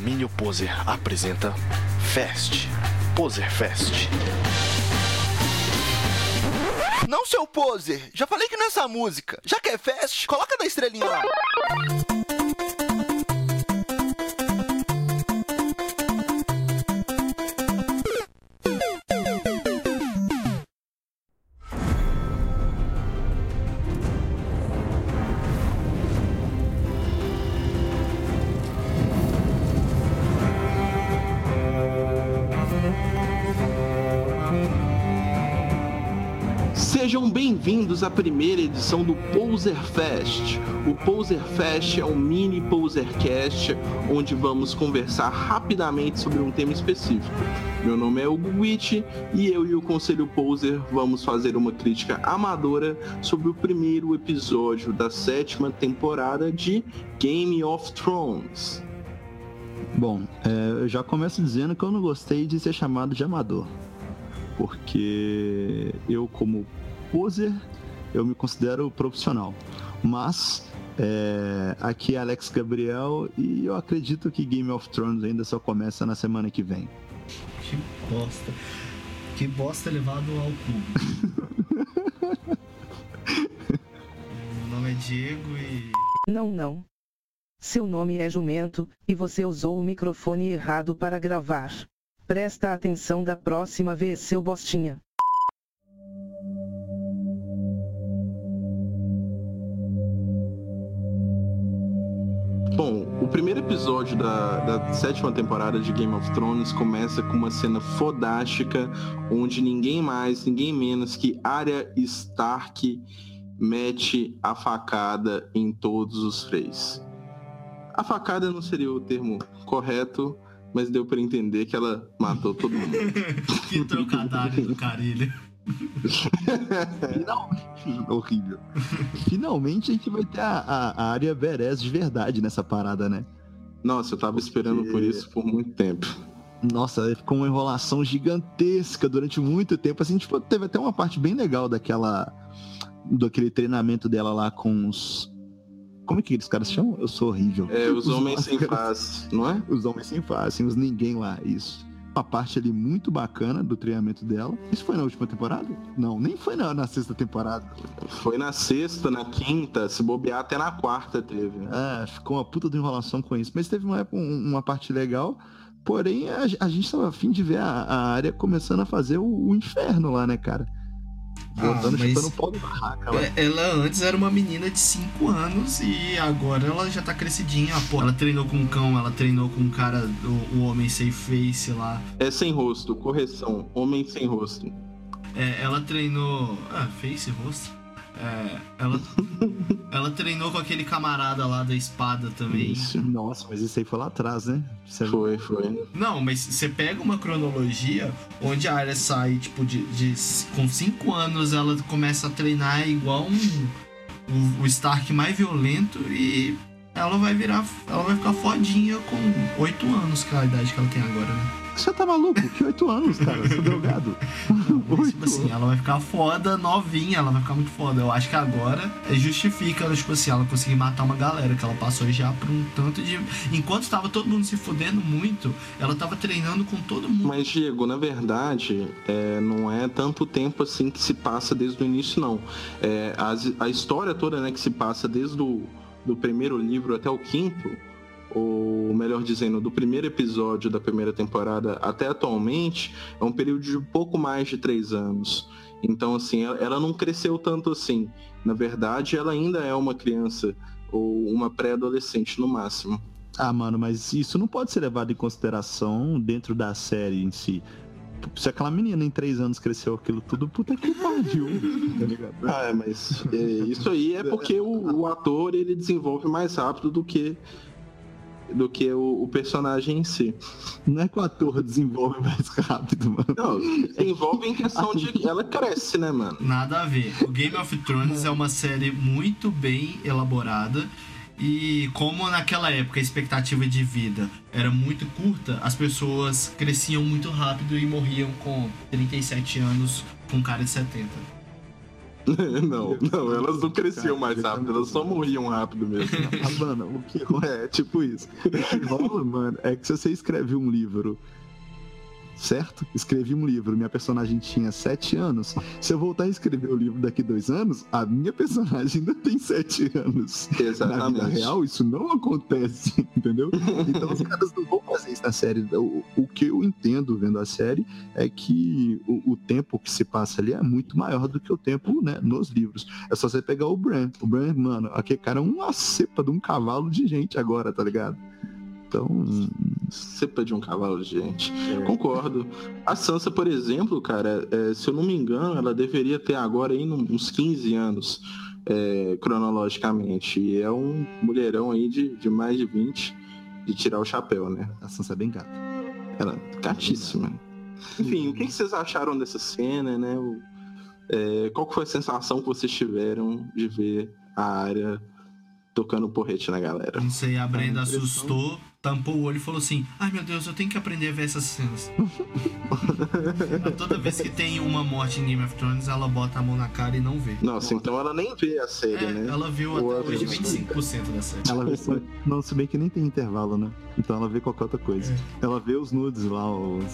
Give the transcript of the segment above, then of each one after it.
Domínio Poser apresenta Fest, Poser Fest. Não, seu Poser! Já falei que nessa música. Já que é Fest, coloca da estrelinha lá. Sejam bem-vindos à primeira edição do Poser Fest. O Poser Fest é um mini Posercast onde vamos conversar rapidamente sobre um tema específico. Meu nome é Hugo Witt e eu e o Conselho Poser vamos fazer uma crítica amadora sobre o primeiro episódio da 7ª temporada de Game of Thrones. Bom, eu já começo dizendo que eu não gostei de ser chamado de amador. Porque eu, como poser, eu me considero profissional. Mas aqui é Alex Gabriel e eu acredito que Game of Thrones ainda só começa na semana que vem. Que bosta. Que bosta levado ao cu. Meu nome é Diego e... Não. Seu nome é Jumento, e você usou o microfone errado para gravar. Presta atenção da próxima vez, seu bostinha. Bom, o primeiro episódio da 7ª temporada de Game of Thrones começa com uma cena fodástica, onde ninguém mais, ninguém menos que Arya Stark mete a facada em todos os Freys. A facada não seria o termo correto, mas deu pra entender que ela matou todo mundo. Que trocadilho do carilho. Horrível. Finalmente a gente vai ter a Arya Varys de verdade nessa parada, né? Nossa, eu tava esperando por isso por muito tempo. Nossa, ficou uma enrolação gigantesca durante muito tempo. Assim, tipo, teve até uma parte bem legal daquele treinamento dela lá com os... Como é que eles caras chamam? Eu sou horrível. Os homens sem face, não é? Os homens sem face, os ninguém lá, isso. Uma parte ali muito bacana do treinamento dela. Isso foi na última temporada? Não, nem foi na 6ª temporada. Foi na 6ª, na 5ª, se bobear até na 4ª teve. Ficou uma puta de enrolação com isso. Mas teve uma parte legal. Porém, a gente tava a fim de ver a Arya começando a fazer o inferno lá, né, cara? Botando, chutando o pau da barraca. Ela antes era uma menina de 5 anos e agora ela já tá crescidinha. Pô, ela treinou com um cão, ela treinou com um cara, o homem sem face lá. É sem rosto, correção. Homem sem rosto. Ela treinou... face, rosto. Ela treinou com aquele camarada lá da espada também. Isso. Nossa, mas isso aí foi lá atrás, né? Foi. Não, mas você pega uma cronologia onde a Arya sai, tipo, com 5 anos ela começa a treinar igual o Stark mais violento e ela vai ficar fodinha com 8 anos, que é a idade que ela tem agora, né? Você tá maluco? Que 8 anos, cara? Você é drogado. Tipo assim, ela vai ficar foda, novinha, ela vai ficar muito foda. Eu acho que agora justifica ela, tipo assim, ela conseguir matar uma galera, que ela passou já por um tanto de... Enquanto tava todo mundo se fudendo muito, ela tava treinando com todo mundo. Mas, Diego, na verdade, não é tanto tempo assim que se passa desde o início, não. A história toda, né, que se passa desde do primeiro livro até o 5º, ou melhor dizendo, do primeiro episódio da primeira temporada até atualmente, é um período de pouco mais de 3 anos. Então, assim, ela não cresceu tanto assim. Na verdade, ela ainda é uma criança ou uma pré-adolescente no máximo. Mano, mas isso não pode ser levado em consideração dentro da série em si. Se aquela menina em 3 anos cresceu aquilo tudo, puta que pariu, tá ligado? Mas isso aí é porque o ator, ele desenvolve mais rápido do que o personagem em si. Não é que o ator desenvolve mais rápido, mano. Não, desenvolve em questão de que ela cresce, né, mano? Nada a ver. O Game of Thrones é uma série muito bem elaborada. E como naquela época a expectativa de vida era muito curta, as pessoas cresciam muito rápido e morriam com 37 anos com cara de 70. Não, elas não cresciam mais rápido, elas só morriam rápido mesmo. Mano, o que é tipo isso. O que rola, mano, é que se você escreve um livro, certo? Escrevi um livro, minha personagem tinha 7 anos. Se eu voltar a escrever o livro daqui 2 anos, a minha personagem ainda tem 7 anos. Exatamente. Na vida real, isso não acontece, entendeu? Então os caras não vão fazer isso na série. O que eu entendo vendo a série é que o tempo que se passa ali é muito maior do que o tempo, né, nos livros. É só você pegar o Bran. O Bran, mano, aquele cara é uma cepa de um cavalo de gente agora, tá ligado? Então, cepa de um cavalo de gente. Concordo. A Sansa, por exemplo, cara, se eu não me engano, ela deveria ter agora aí uns 15 anos, cronologicamente. E é um mulherão aí de mais de 20, de tirar o chapéu, né? A Sansa é bem gata. Ela é gatíssima. Enfim, o que vocês acharam dessa cena, né? Qual que foi a sensação que vocês tiveram de ver a Arya tocando porrete na galera? Não sei, a Brenda assustou, tampou o olho e falou assim: ai meu Deus, eu tenho que aprender a ver essas cenas. Toda vez que tem uma morte em Game of Thrones, ela bota a mão na cara e não vê. Nossa, então ela nem vê a série, né? Ela viu até hoje 25% da série. Ela vê só... Não, se bem que nem tem intervalo, né? Então ela vê qualquer outra coisa. Ela vê os nudes lá,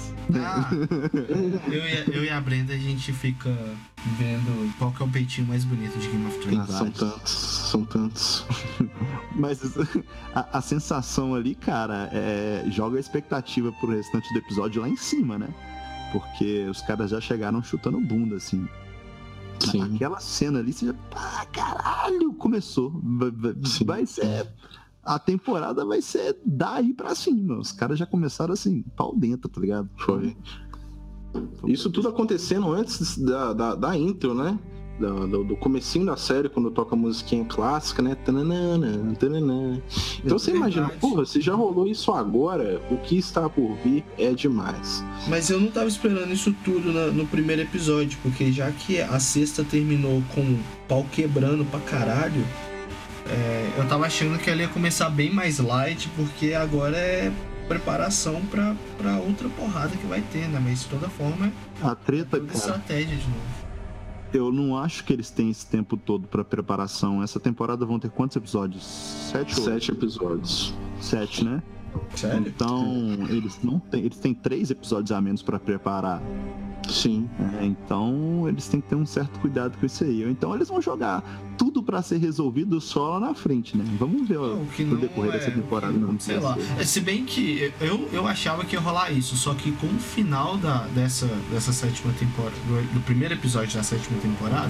eu e a Brenda, a gente fica vendo qual que é o peitinho mais bonito de Game of Thrones. São tantos. Mas a sensação ali, cara, joga a expectativa pro restante do episódio lá em cima, né? Porque os caras já chegaram chutando bunda, assim. Sim. Aquela cena ali, você já... caralho, começou. Vai ser... A temporada vai ser daí pra cima. Os caras já começaram assim, pau dentro, tá ligado? Foi. Isso tudo acontecendo antes da intro, né? Do comecinho da série, quando toca a musiquinha clássica, né? Tananana, tananana. Então você imagina, porra, se já rolou isso agora, o que está por vir é demais. Mas eu não tava esperando isso tudo no primeiro episódio, porque já que a sexta terminou com o pau quebrando pra caralho, eu tava achando que ela ia começar bem mais light, porque agora é preparação pra outra porrada que vai ter, né? Mas de toda forma a treta, cara, estratégia de novo. Eu não acho que eles têm esse tempo todo pra preparação. Essa temporada vão ter quantos episódios? 7 ou 7 episódios. 7, né? Sério? Então, eles têm 3 episódios a menos pra preparar. Sim. Então, eles têm que ter um certo cuidado com isso aí. Então, eles vão jogar tudo pra ser resolvido só lá na frente, né? Vamos ver no decorrer dessa temporada. Sei lá. Se bem que eu achava que ia rolar isso, só que com o final dessa 7ª temporada, do primeiro episódio da 7ª temporada,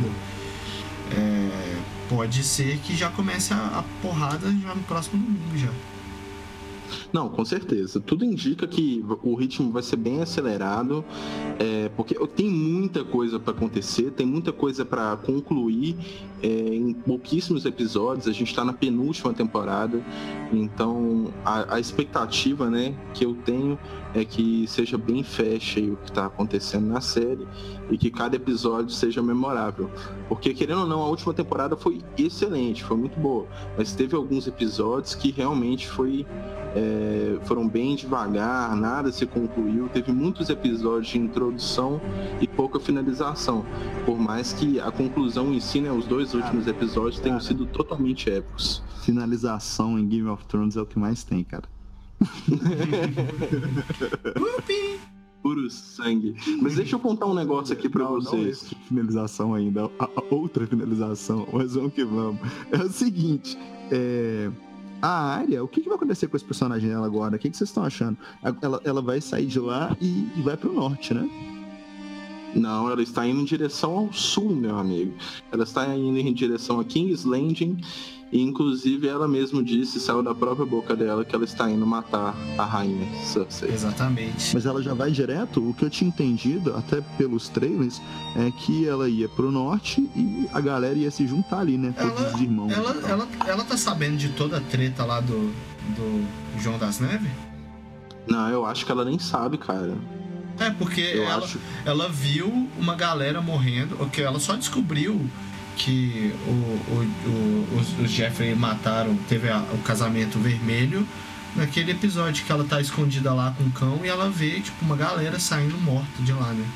pode ser que já comece a porrada já no próximo domingo já. Não, com certeza. Tudo indica que o ritmo vai ser bem acelerado, porque tem muita coisa para acontecer, tem muita coisa para concluir em pouquíssimos episódios. A gente está na penúltima temporada, então a expectativa, né, que eu tenho é que seja bem fecha o que está acontecendo na série e que cada episódio seja memorável. Porque, querendo ou não, a última temporada foi excelente, foi muito boa, mas teve alguns episódios que realmente foram bem devagar, nada se concluiu, teve muitos episódios de introdução e pouca finalização, por mais que a conclusão em si, né, os 2 últimos episódios tenham sido totalmente épicos. Finalização em Game of Thrones é o que mais tem, cara. Puro sangue. Mas deixa eu contar um negócio aqui pra vocês. Não esse tipo de finalização ainda, a outra finalização, mas vamos que vamos. É o seguinte, a Arya, o que vai acontecer com esse personagem dela agora? O que vocês estão achando? Ela vai sair de lá e vai pro norte, né? Não, ela está indo em direção ao sul, meu amigo. Ela está indo em direção a King's Landing. E inclusive ela mesma disse, saiu da própria boca dela, que ela está indo matar a rainha Cersei. Exatamente. Mas ela já vai direto? O que eu tinha entendido, até pelos trailers, é que ela ia pro norte e a galera ia se juntar ali, né? Todos os irmãos. Ela tá sabendo de toda a treta lá do João das Neves? Não, eu acho que ela nem sabe, cara. Porque ela viu uma galera morrendo, que ela só descobriu que os Jeffrey mataram, teve o casamento vermelho naquele episódio que ela tá escondida lá com o cão e ela vê, tipo, uma galera saindo morta de lá, né?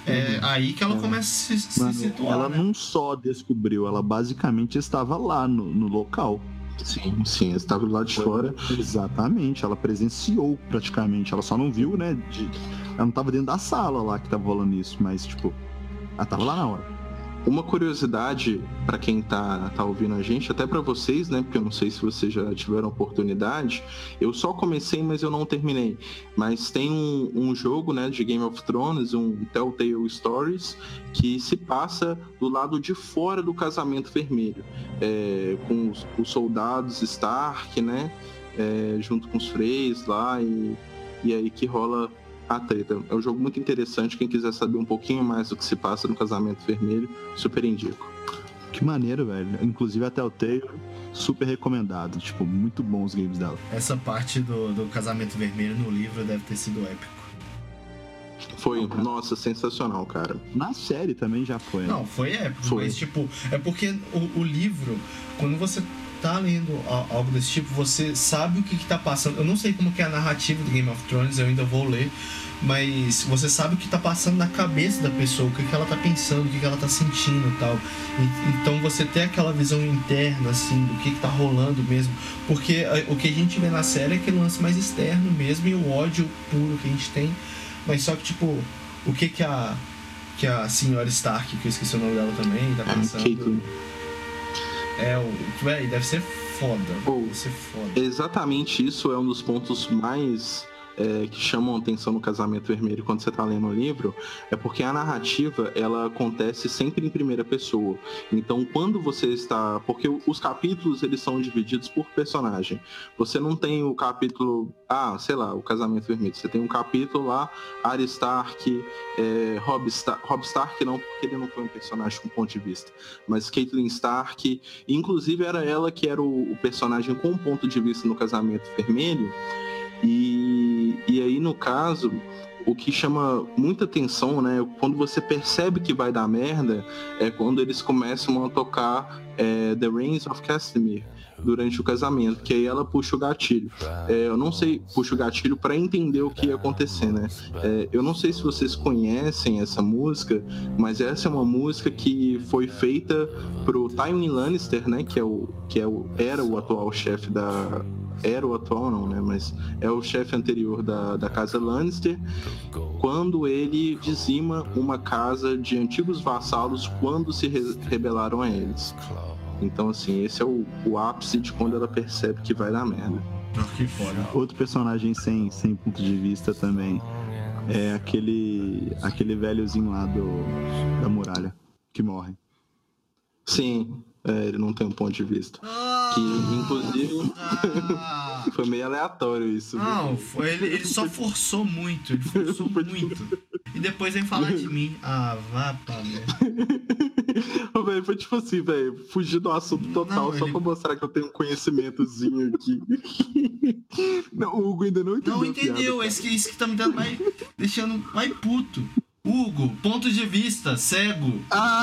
É aí que ela começa a se situar. Ela não só descobriu, ela basicamente estava lá no local. Sim, estava do lado de fora. Exatamente, ela presenciou praticamente. Ela só não viu, né? Ela não estava dentro da sala lá que tava rolando isso, mas, tipo, ela tava lá na hora. Uma curiosidade para quem tá ouvindo a gente, até para vocês, né? Porque eu não sei se vocês já tiveram oportunidade. Eu só comecei, mas eu não terminei. Mas tem um jogo, né, de Game of Thrones, um Telltale Stories, que se passa do lado de fora do Casamento Vermelho, com os soldados Stark, né? Junto com os Freys lá, e aí que rola a treta. É um jogo muito interessante. Quem quiser saber um pouquinho mais do que se passa no Casamento Vermelho, super indico. Que maneiro, velho. Inclusive até o Telltale, super recomendado. Tipo, muito bom os games dela. Essa parte do Casamento Vermelho no livro deve ter sido épico. Foi, nossa, sensacional, cara. Na série também já foi. Não, foi épico, mas tipo, é porque o livro, quando você tá lendo algo desse tipo, você sabe o que tá passando. Eu não sei como que é a narrativa do Game of Thrones, eu ainda vou ler, mas você sabe o que tá passando na cabeça da pessoa, o que ela tá pensando, o que ela tá sentindo e tal. Então você tem aquela visão interna, assim, do que tá rolando mesmo, porque o que a gente vê na série é aquele lance mais externo mesmo, e o ódio puro que a gente tem, mas só que, tipo, o que a senhora Stark, que eu esqueci o nome dela também, tá pensando... deve ser foda. Deve ser foda. Exatamente, isso é um dos pontos mais que chamam a atenção no Casamento Vermelho quando você tá lendo o livro, é porque a narrativa, ela acontece sempre em primeira pessoa. Então, quando você está... Porque os capítulos, eles são divididos por personagem. Você não tem o capítulo... sei lá, o Casamento Vermelho. Você tem um capítulo lá, Arya Stark, Robb Stark não, porque ele não foi um personagem com ponto de vista, mas Catelyn Stark, inclusive era ela que era o personagem com ponto de vista no Casamento Vermelho. E aí, no caso, o que chama muita atenção, né, quando você percebe que vai dar merda, é quando eles começam a tocar The Rains of Castamere durante o casamento, que aí ela puxa o gatilho. Eu não sei, puxa o gatilho para entender o que ia acontecer, né? Eu não sei se vocês conhecem essa música, mas essa é uma música que foi feita pro Tywin Lannister, né, era o atual chefe da... Era o atual não, né? Mas é o chefe anterior da casa Lannister, quando ele dizima uma casa de antigos vassalos quando se rebelaram a eles. Então, assim, esse é o ápice de quando ela percebe que vai dar merda. Que foda. Outro personagem sem ponto de vista também é aquele velhozinho lá da muralha que morre. Sim, ele não tem um ponto de vista. Que, inclusive, foi meio aleatório isso. Não, ele só forçou muito. Ele forçou muito. E depois vem falar de mim. Vá pra merda. Véio, foi tipo assim, velho, fugir do assunto total, só pra mostrar que eu tenho um conhecimentozinho aqui. Não, o Hugo ainda não entendeu. Não entendeu, isso que tá me dando deixando mais puto. Hugo, ponto de vista, cego.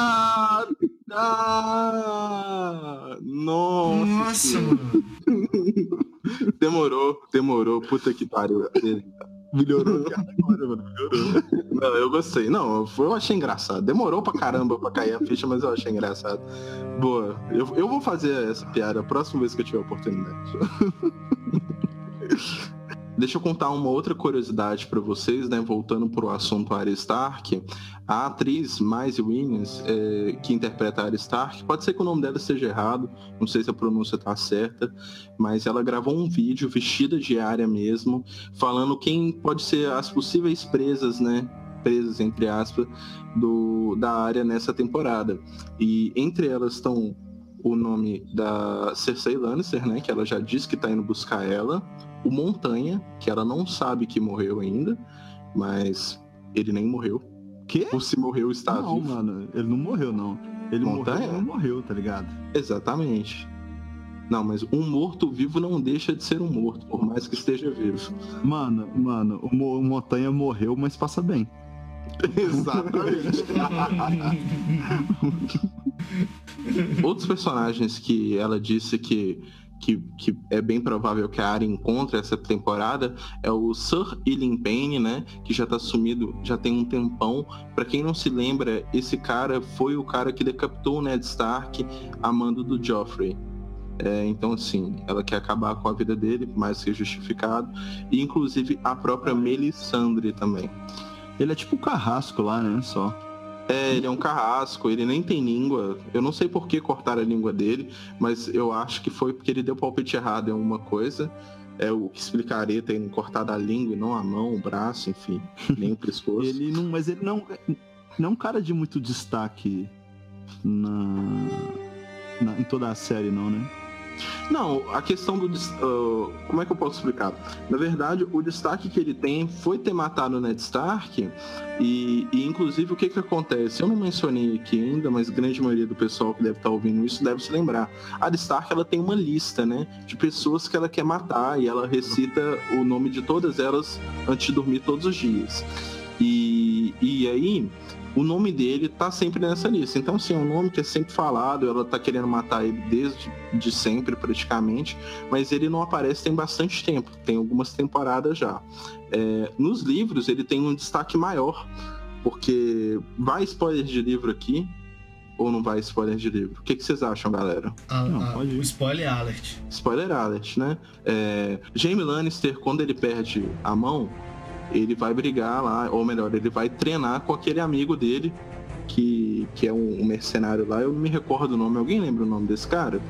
Nossa, mano. Demorou, puta que pariu. Melhorou agora, mano. Melhorou. Não, eu gostei. Não, eu achei engraçado. Demorou pra caramba pra cair a ficha, mas eu achei engraçado. Boa. Eu vou fazer essa piada a próxima vez que eu tiver oportunidade. Deixa eu contar uma outra curiosidade pra vocês, né? Voltando pro assunto Arya Stark. A atriz Maisie Williams, que interpreta a Arya Stark, pode ser que o nome dela esteja errado, não sei se a pronúncia tá certa, mas ela gravou um vídeo vestida de Arya mesmo, falando quem pode ser as possíveis presas, né? Presas, entre aspas, da Arya nessa temporada. E entre elas estão o nome da Cersei Lannister, né? Que ela já disse que tá indo buscar ela. O Montanha, que ela não sabe que morreu ainda, mas ele nem morreu. Quê? Ou se morreu, está não, vivo. Não, mano, ele não morreu, não. Ele Montanha? Não morreu, tá ligado? Exatamente. Não, mas um morto-vivo não deixa de ser um morto, por mais que esteja vivo. Mano, o Montanha morreu, mas passa bem. Exatamente. Outros personagens que ela disse que que é bem provável que a Arya encontre essa temporada, é o Sir Ilyn Payne, né? Que já tá sumido, já tem um tempão. Pra quem não se lembra, esse cara foi o cara que decapitou o Ned Stark a mando do Joffrey. Então, assim, ela quer acabar com a vida dele, mais que justificado. E, inclusive, a própria Melisandre também. Ele é tipo o Carrasco lá, né? Só. Ele é um carrasco, ele nem tem língua. Eu não sei por que cortaram a língua dele, mas eu acho que foi porque ele deu palpite errado em alguma coisa. O que explicaria ter cortado a língua e não a mão, o braço, enfim, nem o pescoço. Mas ele não é um cara de muito destaque em toda a série, não, né? Não, a questão do... como é que eu posso explicar? Na verdade, o destaque que ele tem foi ter matado o Ned Stark e inclusive, o que acontece? Eu não mencionei aqui ainda, mas a grande maioria do pessoal que deve estar ouvindo isso deve se lembrar. A Arya Stark, ela tem uma lista, né, de pessoas que ela quer matar e ela recita o nome de todas elas antes de dormir todos os dias. E aí... o nome dele tá sempre nessa lista. Então, assim, é um nome que é sempre falado, ela tá querendo matar ele desde sempre, praticamente, mas ele não aparece tem bastante tempo, tem algumas temporadas já. Nos livros, ele tem um destaque maior, porque vai spoiler de livro aqui, ou não vai spoiler de livro? O que vocês acham, galera? O spoiler alert. Spoiler alert, né? Jaime Lannister, quando ele perde a mão, ele vai brigar lá, ou melhor, ele vai treinar com aquele amigo dele, que é um mercenário lá. Eu não me recordo o nome. Alguém lembra o nome desse cara?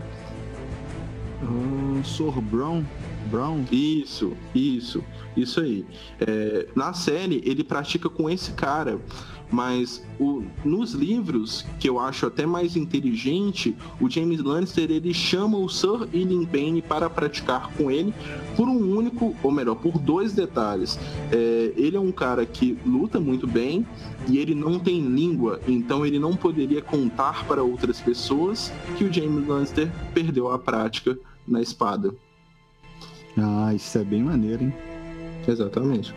Sor Brown? Isso aí. Na série, ele pratica com esse cara, mas nos livros, que eu acho até mais inteligente, o Jaime Lannister, ele chama o Sir Ilyn Payne para praticar com ele por um único, ou melhor, por dois detalhes. Ele é um cara que luta muito bem e ele não tem língua, então ele não poderia contar para outras pessoas que o Jaime Lannister perdeu a prática na espada. Isso é bem maneiro, hein? Exatamente.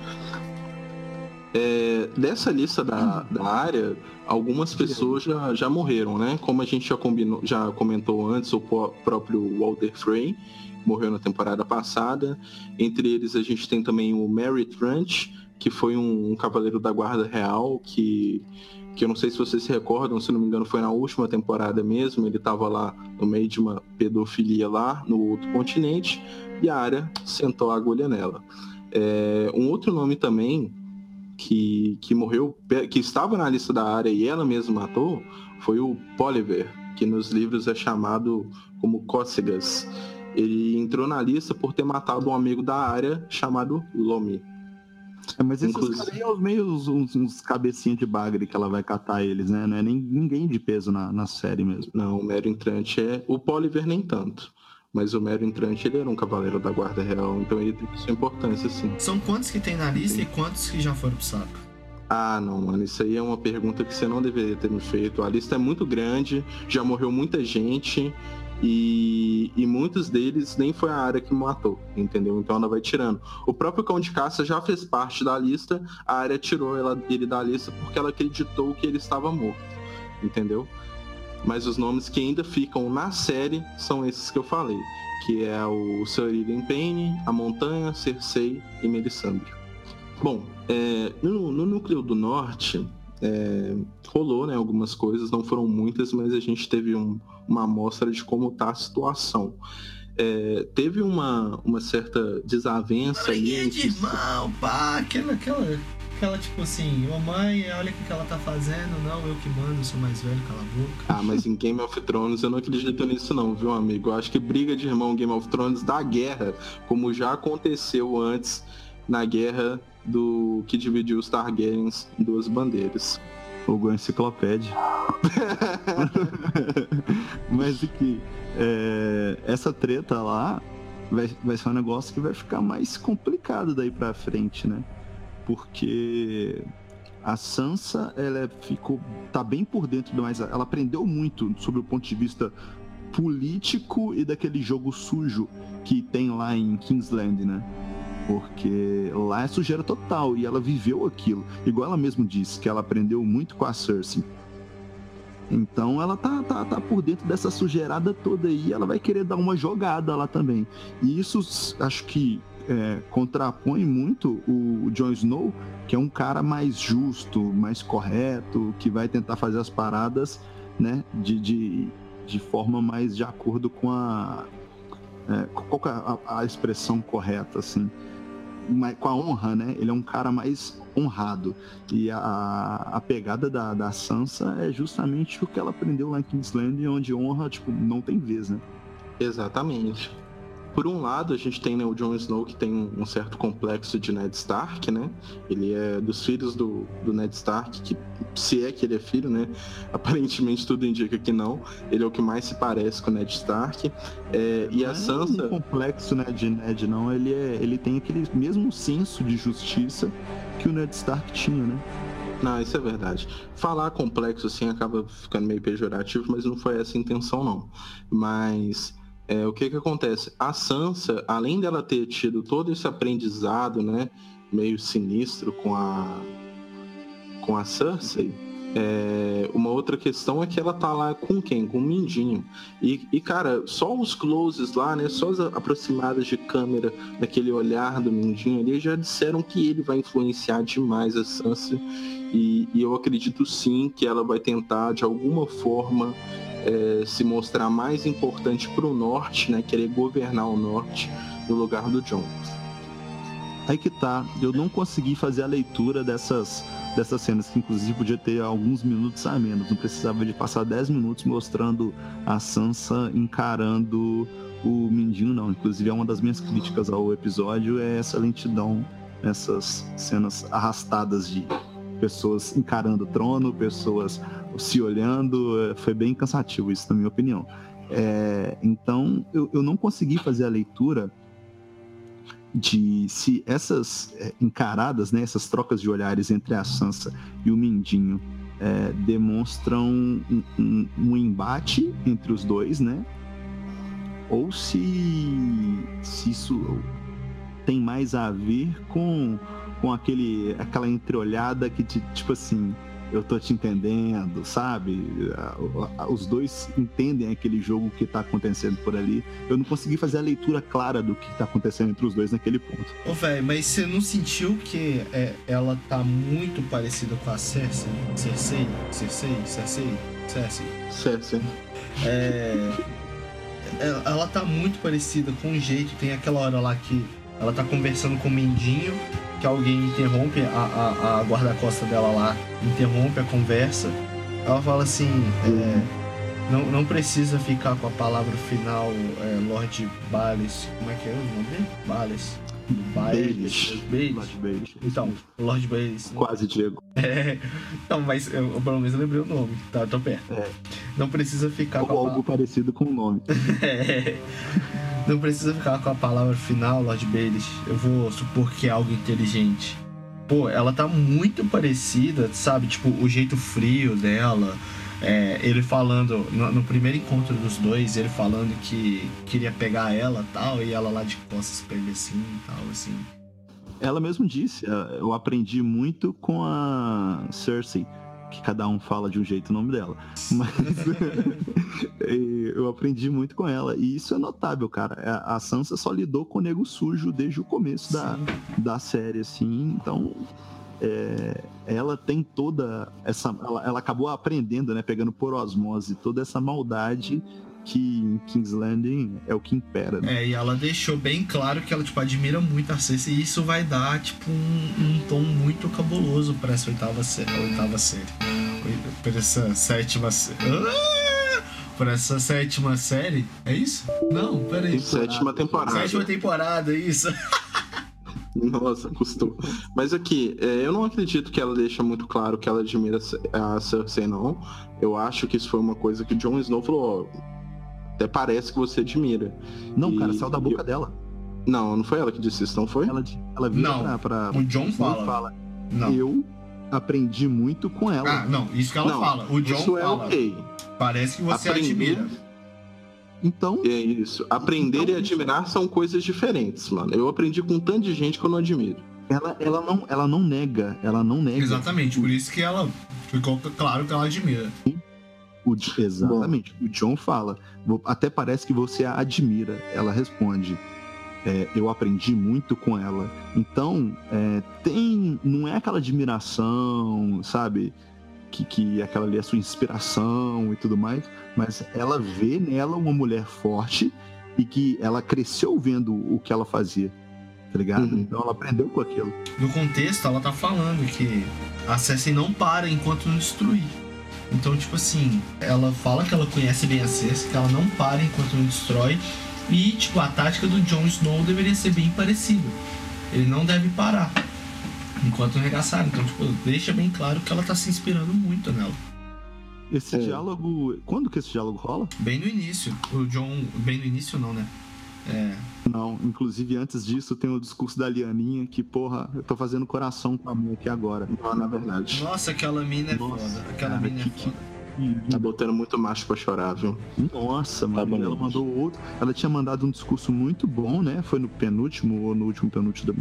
Dessa lista da Arya, algumas pessoas já morreram, né? Como a gente já comentou antes, o próprio Walder Frey morreu na temporada passada. Entre eles a gente tem também o Merry Trant, que foi um cavaleiro da Guarda Real, que eu não sei se vocês se recordam, se não me engano foi na última temporada mesmo. Ele estava lá no meio de uma pedofilia lá no outro continente e a Arya sentou a agulha nela. Um outro nome também que morreu, que estava na lista da Arya e ela mesma matou, foi o Polliver, que nos livros é chamado como Cócegas. Ele entrou na lista por ter matado um amigo da Arya chamado Lomi. Mas esses caras aí são meio uns cabecinhas de bagre que ela vai catar eles, né? Não é nem ninguém de peso na série mesmo. Não, o Merry Trant o Polliver nem tanto. Mas o Merry Trant, ele era um cavaleiro da Guarda Real, então ele tem sua importância, sim. São quantos que tem na lista e quantos que já foram pro saco? Não, mano, isso aí é uma pergunta que você não deveria ter me feito. A lista é muito grande, já morreu muita gente e muitos deles nem foi a Arya que matou, entendeu? Então ela vai tirando. O próprio Cão de Caça já fez parte da lista, a Arya tirou ele da lista porque ela acreditou que ele estava morto, entendeu? Mas os nomes que ainda ficam na série são esses que eu falei, que é o Sir Ilyn Payne, a Montanha, Cersei e Melisandre. Bom, no Núcleo do Norte rolou, né, algumas coisas, não foram muitas, mas a gente teve uma amostra de como está a situação. Teve uma certa desavença aí. De irmão, pá, aquela tipo assim, ô mãe, olha o que ela tá fazendo, não, eu que mando, eu sou mais velho, cala a boca. Mas em Game of Thrones eu não acredito nisso não, viu, amigo? Eu acho que briga de irmão em Game of Thrones dá guerra, como já aconteceu antes na guerra que dividiu os Targaryens em duas bandeiras. Fogo enciclopédia. Mas aqui, essa treta lá vai ser um negócio que vai ficar mais complicado daí pra frente, né? Porque a Sansa, ela tá bem por dentro, mas ela aprendeu muito sobre o ponto de vista político e daquele jogo sujo que tem lá em Kingsland, né? Porque lá é sujeira total e ela viveu aquilo. Igual ela mesmo disse, que ela aprendeu muito com a Cersei. Então ela tá por dentro dessa sujeirada toda aí, ela vai querer dar uma jogada lá também. E isso acho que contrapõe muito o Jon Snow, que é um cara mais justo, mais correto, que vai tentar fazer as paradas, né, de forma mais de acordo com qual que é a expressão correta, assim, com a honra, né? Ele é um cara mais honrado. E a pegada da Sansa é justamente o que ela aprendeu lá em King's Landing, onde honra, tipo, não tem vez, né? Exatamente. Por um lado, a gente tem, né, o Jon Snow, que tem um certo complexo de Ned Stark, né? Ele é dos filhos do Ned Stark, que se é que ele é filho, né? Aparentemente tudo indica que não. Ele é o que mais se parece com o Ned Stark. E a Sansa... Não é um complexo, né, de Ned, não. Ele tem aquele mesmo senso de justiça que o Ned Stark tinha, né? Não, isso é verdade. Falar complexo, assim, acaba ficando meio pejorativo, mas não foi essa a intenção, não. Mas... o que acontece? A Sansa, além dela ter tido todo esse aprendizado, né, meio sinistro com a Cersei, uma outra questão é que ela tá lá com quem? Com o Mindinho. E cara, só os closes lá, né, só as aproximadas de câmera daquele olhar do Mindinho ali já disseram que ele vai influenciar demais a Sansa. E eu acredito sim que ela vai tentar, de alguma forma, se mostrar mais importante para o norte, né? Querer governar o norte no lugar do Jon. Aí que tá, eu não consegui fazer a leitura dessas cenas, que inclusive podia ter alguns minutos a menos, não precisava de passar 10 minutos mostrando a Sansa encarando o Mindinho, não. Inclusive é uma das minhas críticas ao episódio, é essa lentidão, essas cenas arrastadas de pessoas encarando o trono, pessoas se olhando, foi bem cansativo isso, na minha opinião. Então, eu não consegui fazer a leitura de se essas encaradas, né, essas trocas de olhares entre a Sansa e o Mindinho demonstram um embate entre os dois, né? Ou se isso tem mais a ver com aquela entreolhada que, tipo assim, eu tô te entendendo, sabe? Os dois entendem aquele jogo que tá acontecendo por ali. Eu não consegui fazer a leitura clara do que tá acontecendo entre os dois naquele ponto. Ô, velho, mas você não sentiu que ela tá muito parecida com a Cersei? Cersei. Ela tá muito parecida com o jeito. Tem aquela hora lá que ela tá conversando com o Mindinho, que alguém interrompe, a guarda-costa dela lá interrompe a conversa. Ela fala assim, não precisa ficar com a palavra final, Lord Baelish. Como é que é o nome dele? Baelish. Então, Lord Baelish. Quase, Diego. Então, mas eu pelo menos lembrei o nome, tá? Tô perto. Não precisa ficar com algo parecido com o nome. Não precisa ficar com a palavra final, Lord Baelish. Eu vou supor que é algo inteligente. Pô, ela tá muito parecida, sabe? Tipo, o jeito frio dela. Ele falando, no primeiro encontro dos dois, ele falando que queria pegar ela e tal, e ela lá de costas pra ele assim e tal, assim. Ela mesmo disse, eu aprendi muito com a Cersei, que cada um fala de um jeito o nome dela. Mas eu aprendi muito com ela. E isso é notável, cara. A Sansa só lidou com o nego sujo desde o começo da série, assim. Então, ela tem toda essa... Ela acabou aprendendo, né? Pegando por osmose toda essa maldade que em King's Landing é o que impera, né? E ela deixou bem claro que ela, tipo, admira muito a Cersei, e isso vai dar, tipo, um tom muito cabuloso pra essa oitava série. Pra essa sétima série. Pra essa sétima série? É isso? Não, peraí. Sétima temporada, isso. Nossa, custou. Mas aqui, eu não acredito que ela deixa muito claro que ela admira a Cersei, não. Eu acho que isso foi uma coisa que o Jon Snow falou, até parece que você admira. Não, cara, saiu da boca dela. Não foi ela que disse isso, não foi? Ela vira pra o Jon fala. Não. Eu aprendi muito com ela. Não, isso que ela fala. O Jon isso fala. Ok. Parece que você admira. Então... É isso. Aprender e admirar são coisas diferentes, mano. Eu aprendi com um tanto de gente que eu não admiro. Ela não nega. Exatamente, por isso que ela ficou claro que ela admira. Exatamente. O Jon fala, até parece que você a admira. Ela responde, eu aprendi muito com ela. Então, não é aquela admiração, sabe? Que aquela ali é a sua inspiração e tudo mais, mas ela vê nela uma mulher forte e que ela cresceu vendo o que ela fazia, tá ligado? Então ela aprendeu com aquilo. No contexto, ela tá falando que a Cersei não para enquanto não destruir. Então, tipo assim, ela fala que ela conhece bem a Cersei, que ela não para enquanto não destrói. E, tipo, a tática do Jon Snow deveria ser bem parecida. Ele não deve parar enquanto não arregaçar. Então, tipo, deixa bem claro que ela tá se inspirando muito nela. Esse diálogo... Quando que esse diálogo rola? Bem no início. O Jon... Bem no início não, né? Não, inclusive antes disso tem o discurso da Lyanninha que, porra, eu tô fazendo coração com a mão aqui agora. Não, na verdade. Nossa, aquela mina é foda. Aquela mina é foda. Tá botando muito macho pra chorar, viu? Nossa, mano, ela mandou outro. Ela tinha mandado um discurso muito bom, né? Foi no penúltimo ou no último penúltimo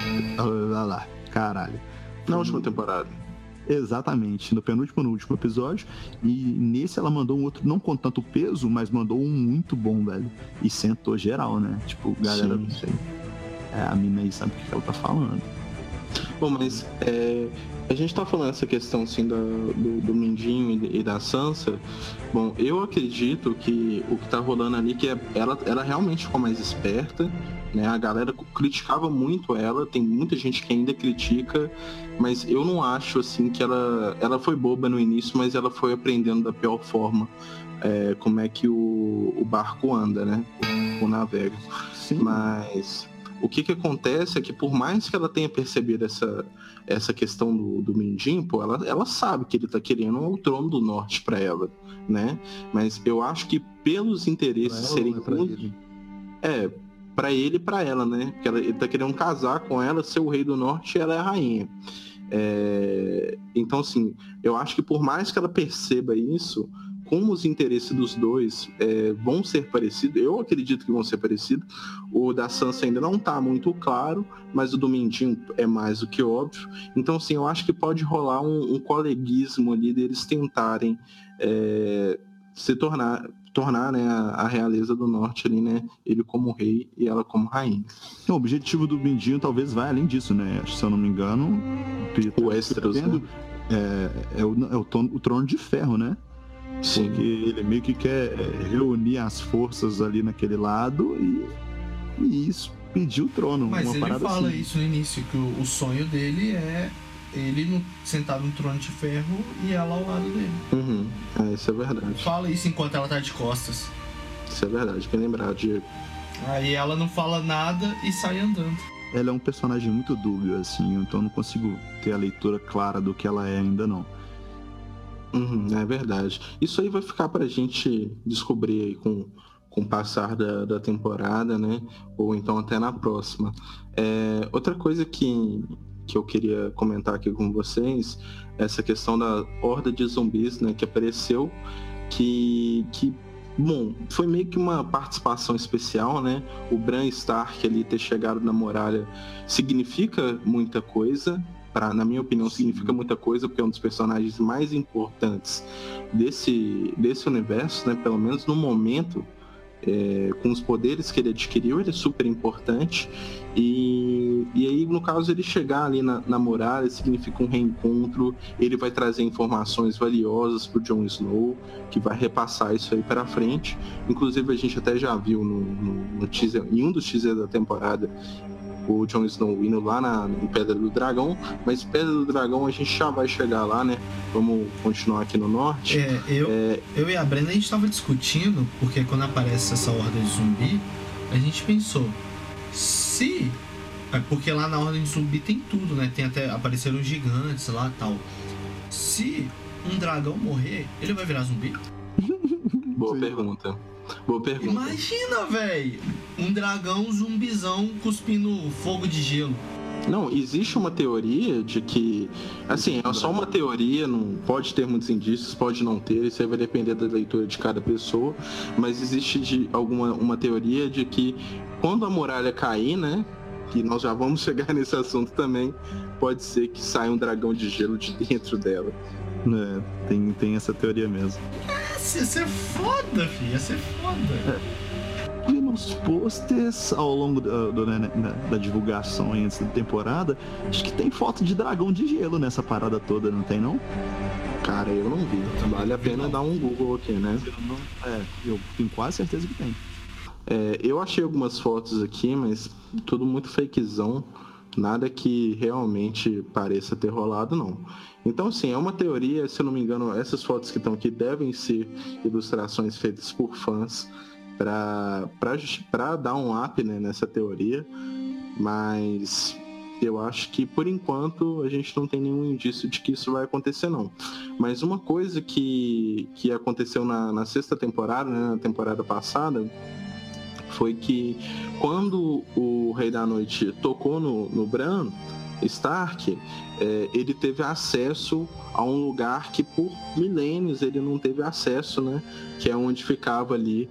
caralho. Na última temporada. Exatamente, no penúltimo ou no último episódio. E nesse ela mandou um outro, não com tanto peso, mas mandou um muito bom, velho. E sentou geral, né? Tipo, galera, não sei. A mina aí sabe o que ela tá falando. Bom, mas a gente tá falando essa questão assim do Mindinho e da Sansa. Bom, eu acredito que o que tá rolando ali que ela realmente ficou mais esperta, né? A galera criticava muito ela, tem muita gente que ainda critica, mas eu não acho assim que ela foi boba no início, mas ela foi aprendendo da pior forma como é que o barco anda, né? O navega. Sim. Mas o que acontece é que por mais que ela tenha percebido essa questão do Mindinho, pô, ela sabe que ele tá querendo o trono do norte pra ela, né? Mas eu acho que pelos interesses serem muito... pra ele e pra ela, né? Porque ele tá querendo casar com ela, ser o rei do norte e ela é a rainha. Então, assim, eu acho que por mais que ela perceba isso, como os interesses dos dois vão ser parecidos, eu acredito que vão ser parecidos. O da Sansa ainda não tá muito claro, mas o do Mindinho é mais do que óbvio. Então, assim, eu acho que pode rolar um coleguismo ali deles tentarem se tornar, né, a realeza do norte ali, né? Ele como rei e ela como rainha. O objetivo do Mindinho talvez vá além disso, né? Se eu não me engano, o Westeros, né? O trono de ferro, né? Sim. Porque ele meio que quer reunir as forças ali naquele lado e isso, pedir o trono. Mas uma ele fala assim. isso no início, que o sonho dele é ele sentado no trono de ferro e ela ao lado dele. Isso é verdade. Fala isso enquanto ela tá de costas. Isso é verdade, bem lembrado, Diego. Aí ela não fala nada e sai andando. Ela é um personagem muito dúbio, assim, então eu não consigo ter a leitura clara do que ela é ainda não. É verdade. Isso aí vai ficar pra gente descobrir aí com o passar da temporada, né? Ou então até na próxima. Outra coisa que eu queria comentar aqui com vocês, essa questão da horda de zumbis, né? Que apareceu, bom, foi meio que uma participação especial, né? O Bran Stark ali ter chegado na muralha significa muita coisa. Na minha opinião, significa muita coisa, porque é um dos personagens mais importantes desse universo, né? Pelo menos no momento, com os poderes que ele adquiriu, ele é super importante. E aí, no caso, ele chegar ali na muralha significa um reencontro. Ele vai trazer informações valiosas pro Jon Snow, que vai repassar isso aí para frente. Inclusive, a gente até já viu no teaser, em um dos teasers da temporada, o Jon Snow indo lá em Pedra do Dragão, mas Pedra do Dragão a gente já vai chegar lá, né? Vamos continuar aqui no norte. Eu e a Brenda, a gente tava discutindo, porque quando aparece essa horda de zumbi, a gente pensou, porque lá na horda de zumbi tem tudo, né? Tem até, apareceram gigantes lá e tal. Se um dragão morrer, ele vai virar zumbi? Boa pergunta. Imagina, velho, um dragão zumbizão cuspindo fogo de gelo. Não, existe uma teoria de que, assim, é só uma teoria, não pode ter muitos indícios, pode não ter, isso aí vai depender da leitura de cada pessoa, mas existe uma teoria de que quando a muralha cair, né, que nós já vamos chegar nesse assunto também, pode ser que saia um dragão de gelo de dentro dela. Tem essa teoria mesmo. Nossa, ia ser foda, filho. Ia ser foda. E nos posters, ao longo da divulgação antes da temporada, acho que tem foto de dragão de gelo nessa parada toda, não tem não? Cara, eu não vi. Vale a pena dar um Google aqui, né? Eu tenho quase certeza que tem. Eu achei algumas fotos aqui, mas tudo muito fakezão. Nada que realmente pareça ter rolado, não. Então, assim, é uma teoria, se eu não me engano, essas fotos que estão aqui devem ser ilustrações feitas por fãs para dar um up, né, nessa teoria, mas eu acho que por enquanto a gente não tem nenhum indício de que isso vai acontecer, não. Mas uma coisa que aconteceu na sexta temporada, né, na temporada passada, foi que quando o Rei da Noite tocou no Bran Stark, ele teve acesso a um lugar que por milênios ele não teve acesso, né, que é onde ficava ali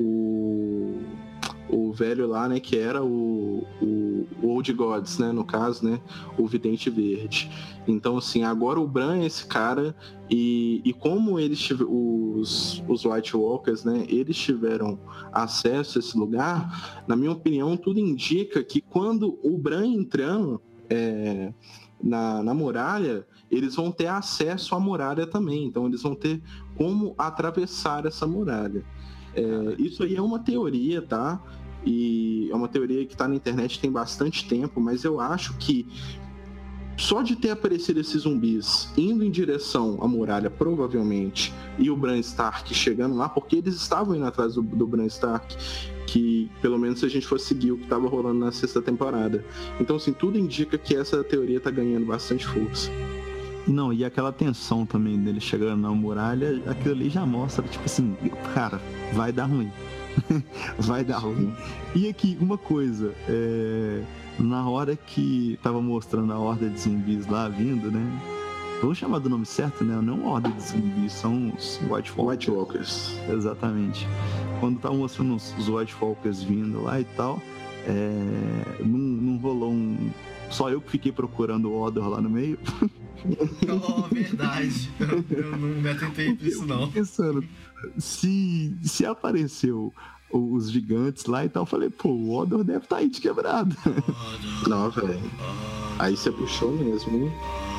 o velho lá, né, que era o Old Gods, né, no caso, né, o Vidente Verde. Então, assim, agora o Bran é esse cara e como os White Walkers, né, eles tiveram acesso a esse lugar, na minha opinião, tudo indica que quando o Bran entrando na muralha, eles vão ter acesso à muralha também. Então, eles vão ter como atravessar essa muralha. Isso aí é uma teoria, tá? E é uma teoria que tá na internet tem bastante tempo, mas eu acho que só de ter aparecido esses zumbis indo em direção à muralha, provavelmente, e o Bran Stark chegando lá, porque eles estavam indo atrás do Bran Stark, que pelo menos se a gente for seguir o que estava rolando na sexta temporada. Então, assim, tudo indica que essa teoria tá ganhando bastante força. Não, e aquela tensão também dele chegando na muralha, aquilo ali já mostra, tipo assim, cara, vai dar ruim. Vai dar ruim. E aqui, uma coisa, na hora que tava mostrando a horda de zumbis lá vindo, né? Vamos chamar do nome certo, né? Não horda de zumbis, são os White Walkers. Exatamente. Quando tava mostrando os White Walkers vindo lá e tal, não rolou um... Só eu que fiquei procurando o Odor lá no meio. Oh, verdade. Eu não me atentei pra isso, não. Pensando, se apareceu os gigantes lá e tal, eu falei, pô, o Odor deve estar aí de quebrado. Não, velho. Aí você puxou mesmo, hein?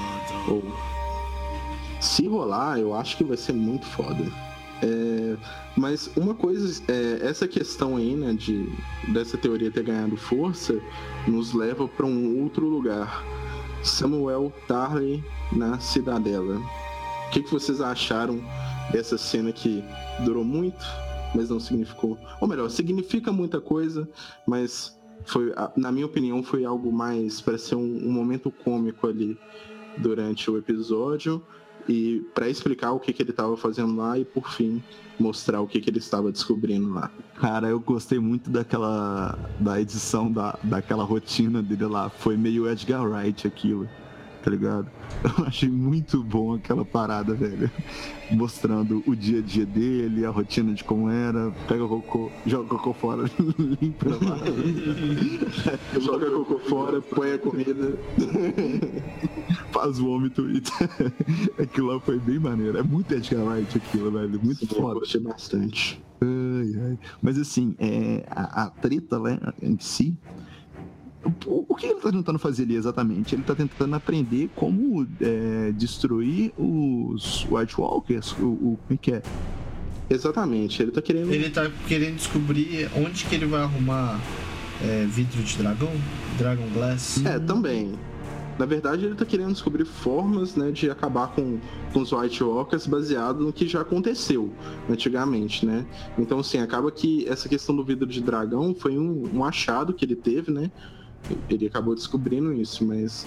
Se rolar, eu acho que vai ser muito foda. Mas uma coisa, essa questão aí, né, dessa teoria ter ganhado força, nos leva para um outro lugar. Samuel Tarly na Cidadela. O que vocês acharam dessa cena que durou muito, mas não significou? Ou melhor, significa muita coisa, mas foi, na minha opinião, foi algo mais para ser um momento cômico ali durante o episódio e para explicar o que ele estava fazendo lá e, por fim, mostrar o que ele estava descobrindo lá. Cara, eu gostei muito da edição daquela rotina dele lá. Foi meio Edgar Wright aquilo, tá ligado? Eu achei muito bom aquela parada, velho. Mostrando o dia a dia dele, a rotina de como era. Pega o cocô, joga o cocô fora, limpa lá. Joga o cocô fora, põe a comida. Faz vômito e... Aquilo lá foi bem maneiro. É muito Edgar Wright aquilo, velho. Muito foda. Eu gostei bastante. Ai. Mas assim, a treta, né, em si, o que ele tá tentando fazer ali exatamente? Ele tá tentando aprender como destruir os White Walkers? Como é que é? Exatamente, ele tá querendo descobrir onde que ele vai arrumar vidro de dragão? Dragon Glass? Também. Na verdade, ele tá querendo descobrir formas, né, de acabar com os White Walkers baseado no que já aconteceu antigamente, né? Então, assim, acaba que essa questão do vidro de dragão foi um achado que ele teve, né? Ele acabou descobrindo isso, mas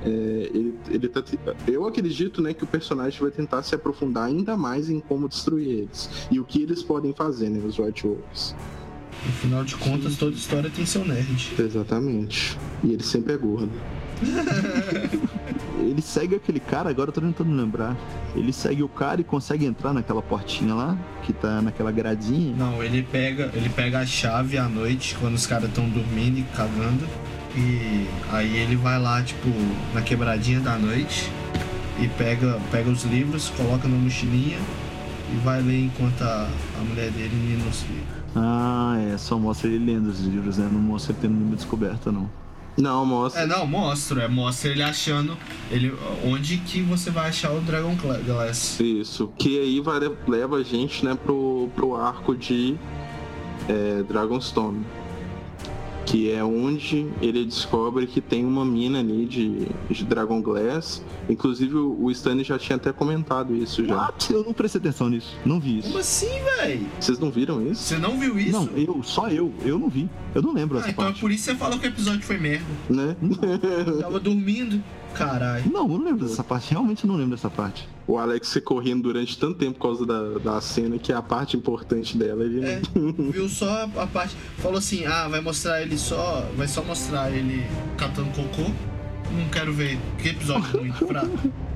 eu acredito, né, que o personagem vai tentar se aprofundar ainda mais em como destruir eles e o que eles podem fazer, né, os White Walkers. Afinal de contas, toda história tem seu nerd. Exatamente. E ele sempre é gordo. Ele segue aquele cara, agora eu tô tentando lembrar. Ele segue o cara e consegue entrar naquela portinha lá, que tá naquela gradinha. Não, ele pega a chave à noite, quando os caras estão dormindo e cagando. E aí ele vai lá, tipo, na quebradinha da noite e pega os livros, coloca na mochilinha e vai ler enquanto a mulher dele não se vê. Ah, só mostra ele lendo os livros, né? Não mostra ele tendo nenhuma descoberta, não. Não, mostra. Mostra ele achando onde que você vai achar o Dragon Glass. Isso, que aí leva a gente, né, pro arco de Dragonstone, que é onde ele descobre que tem uma mina ali de Dragon Glass. Inclusive o Stanley já tinha até comentado isso já. What? Eu não prestei atenção nisso, não vi isso. Como assim, velho? Vocês não viram isso? Você não viu isso? Não, eu não vi. Eu não lembro essa então parte. É por isso que você falou que o episódio foi merda. Né? Tava dormindo, caralho. Não, eu não lembro dessa parte, realmente não lembro dessa parte. O Alex se correndo durante tanto tempo por causa da cena, que é a parte importante dela, ele viu só a parte. Falou assim, vai só mostrar ele catando cocô. Não quero ver. Que episódio muito fraco.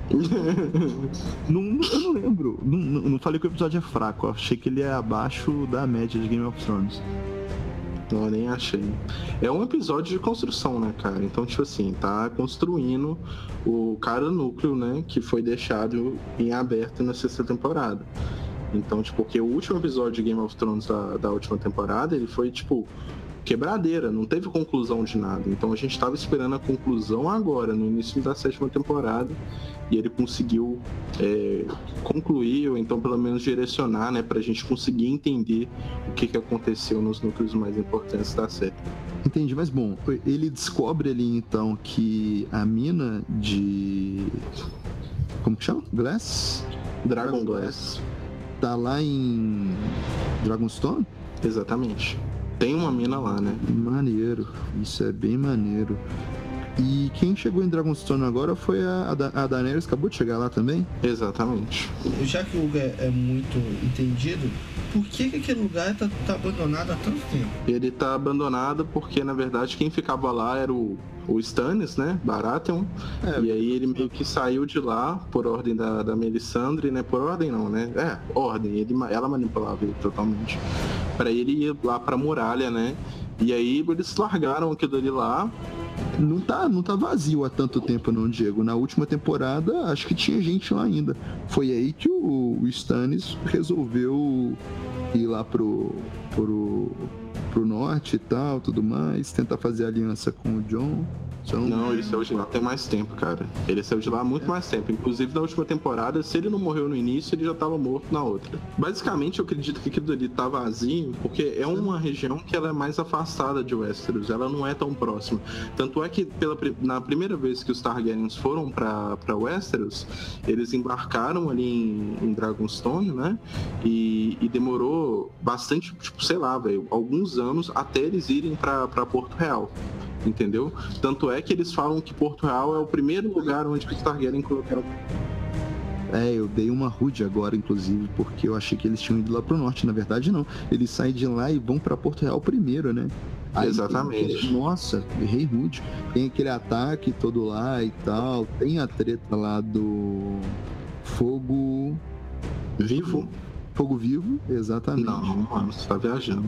Eu não lembro. Não falei que o episódio é fraco. Eu achei que ele é abaixo da média de Game of Thrones. Não, eu nem achei. É um episódio de construção, né, cara? Então, tipo assim, tá construindo o cara núcleo, né, que foi deixado em aberto na 6ª temporada. Então, tipo, porque o último episódio de Game of Thrones da última temporada, ele foi, tipo, quebradeira, não teve conclusão de nada. Então a gente tava esperando a conclusão agora, no início da 7ª temporada, e ele conseguiu concluir, ou então pelo menos direcionar, né, pra gente conseguir entender o que aconteceu nos núcleos mais importantes da série. Entendi, mas bom, ele descobre ali então que a mina de... como que chama? Glass? Dragon Glass. Tá lá em Dragonstone? Exatamente. Tem uma mina lá, né? Maneiro, isso é bem maneiro. E quem chegou em Dragonstone agora foi a Daenerys, acabou de chegar lá também? Exatamente. Já que o lugar é muito entendido, por que aquele lugar tá abandonado há tanto tempo? Ele tá abandonado porque, na verdade, quem ficava lá era o Stannis, né? Baratheon. E aí ele meio que saiu de lá por ordem da Melisandre, né? Por ordem não, né? Ordem. Ela manipulava ele totalmente. Pra ele ir lá pra muralha, né? E aí eles largaram aquilo ali lá. Não tá vazio há tanto tempo não, Diego. Na última temporada, acho que tinha gente lá ainda. Foi aí que o Stannis resolveu ir lá pro norte e tal, tudo mais, tentar fazer aliança com o Jon. Não, ele saiu de lá tem mais tempo, cara. Ele saiu de lá há muito mais tempo. Inclusive, na última temporada, se ele não morreu no início, ele já tava morto na outra. Basicamente, eu acredito que aquilo ali tá vazio, porque é uma região que ela é mais afastada de Westeros. Ela não é tão próxima. Tanto é que, na primeira vez que os Targaryens foram pra Westeros, eles embarcaram ali em Dragonstone, né? E demorou bastante, tipo, sei lá, velho, alguns anos até eles irem pra Porto Real. Entendeu? Tanto é que eles falam que Porto Real é o primeiro lugar onde os Targaryen colocaram. Eu dei uma rude agora, inclusive, porque eu achei que eles tinham ido lá pro norte. Na verdade, não. Eles saem de lá e vão pra Porto Real primeiro, né? Aí, exatamente. Nossa, errei rude. Tem aquele ataque todo lá e tal. Tem a treta lá do Fogo Vivo? Fogo Vivo, exatamente. Não, mano, você tá viajando.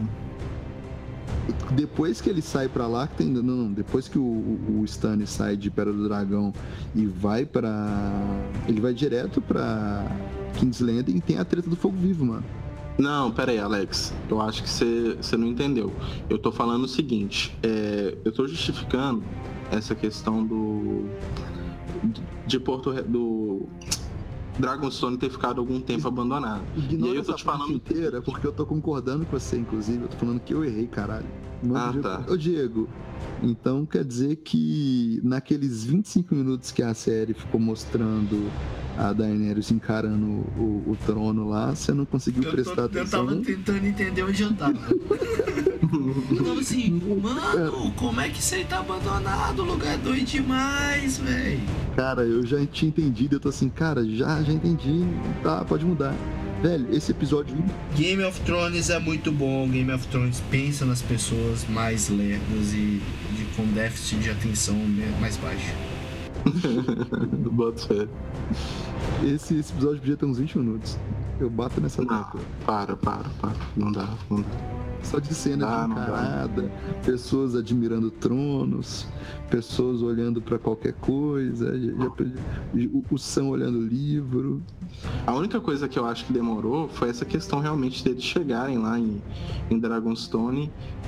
Depois que ele sai pra lá, depois que o Stannis sai de Pedra do Dragão e vai ele vai direto pra King's Landing e tem a treta do Fogo Vivo, mano. Não, pera aí, Alex. Eu acho que você não entendeu. Eu tô falando o seguinte, eu tô justificando essa questão do Dragonstone ter ficado algum tempo abandonado. Ignora e aí eu tô te falando inteira, porque eu tô concordando com você, inclusive. Eu tô falando que eu errei, caralho. Tá. Ô, Diego, então quer dizer que naqueles 25 minutos que a série ficou mostrando a Daenerys encarando o trono lá, você não conseguiu prestar atenção? Eu tava tentando entender onde eu tava. Eu tava assim, mano, como é que isso aí tá abandonado? O lugar é doido demais, velho. Cara, eu já tinha entendido, eu tô assim, cara, já entendi, tá, pode mudar. Velho, esse episódio... Game of Thrones é muito bom. Game of Thrones pensa nas pessoas mais lerdas e com déficit de atenção mais baixo. Bota fé. Esse episódio podia ter uns 20 minutos. Eu bato nessa tecla. Para. Não dá. Só de cena de encarada, pessoas admirando tronos, pessoas olhando pra qualquer coisa, o Sam olhando o livro. A única coisa que eu acho que demorou foi essa questão realmente deles chegarem lá em Dragonstone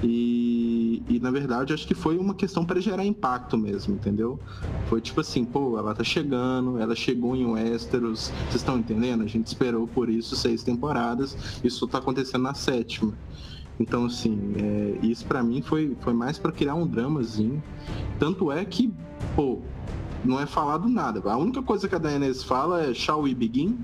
e na verdade acho que foi uma questão para gerar impacto mesmo, entendeu? Foi tipo assim, pô, ela tá chegando, ela chegou em Westeros, vocês estão entendendo? A gente esperou por isso 6 temporadas, isso tá acontecendo na 7ª. Então, assim, isso pra mim foi mais pra criar um dramazinho. Tanto é que, pô, não é falado nada. A única coisa que a Daenerys fala é "Shall we begin?"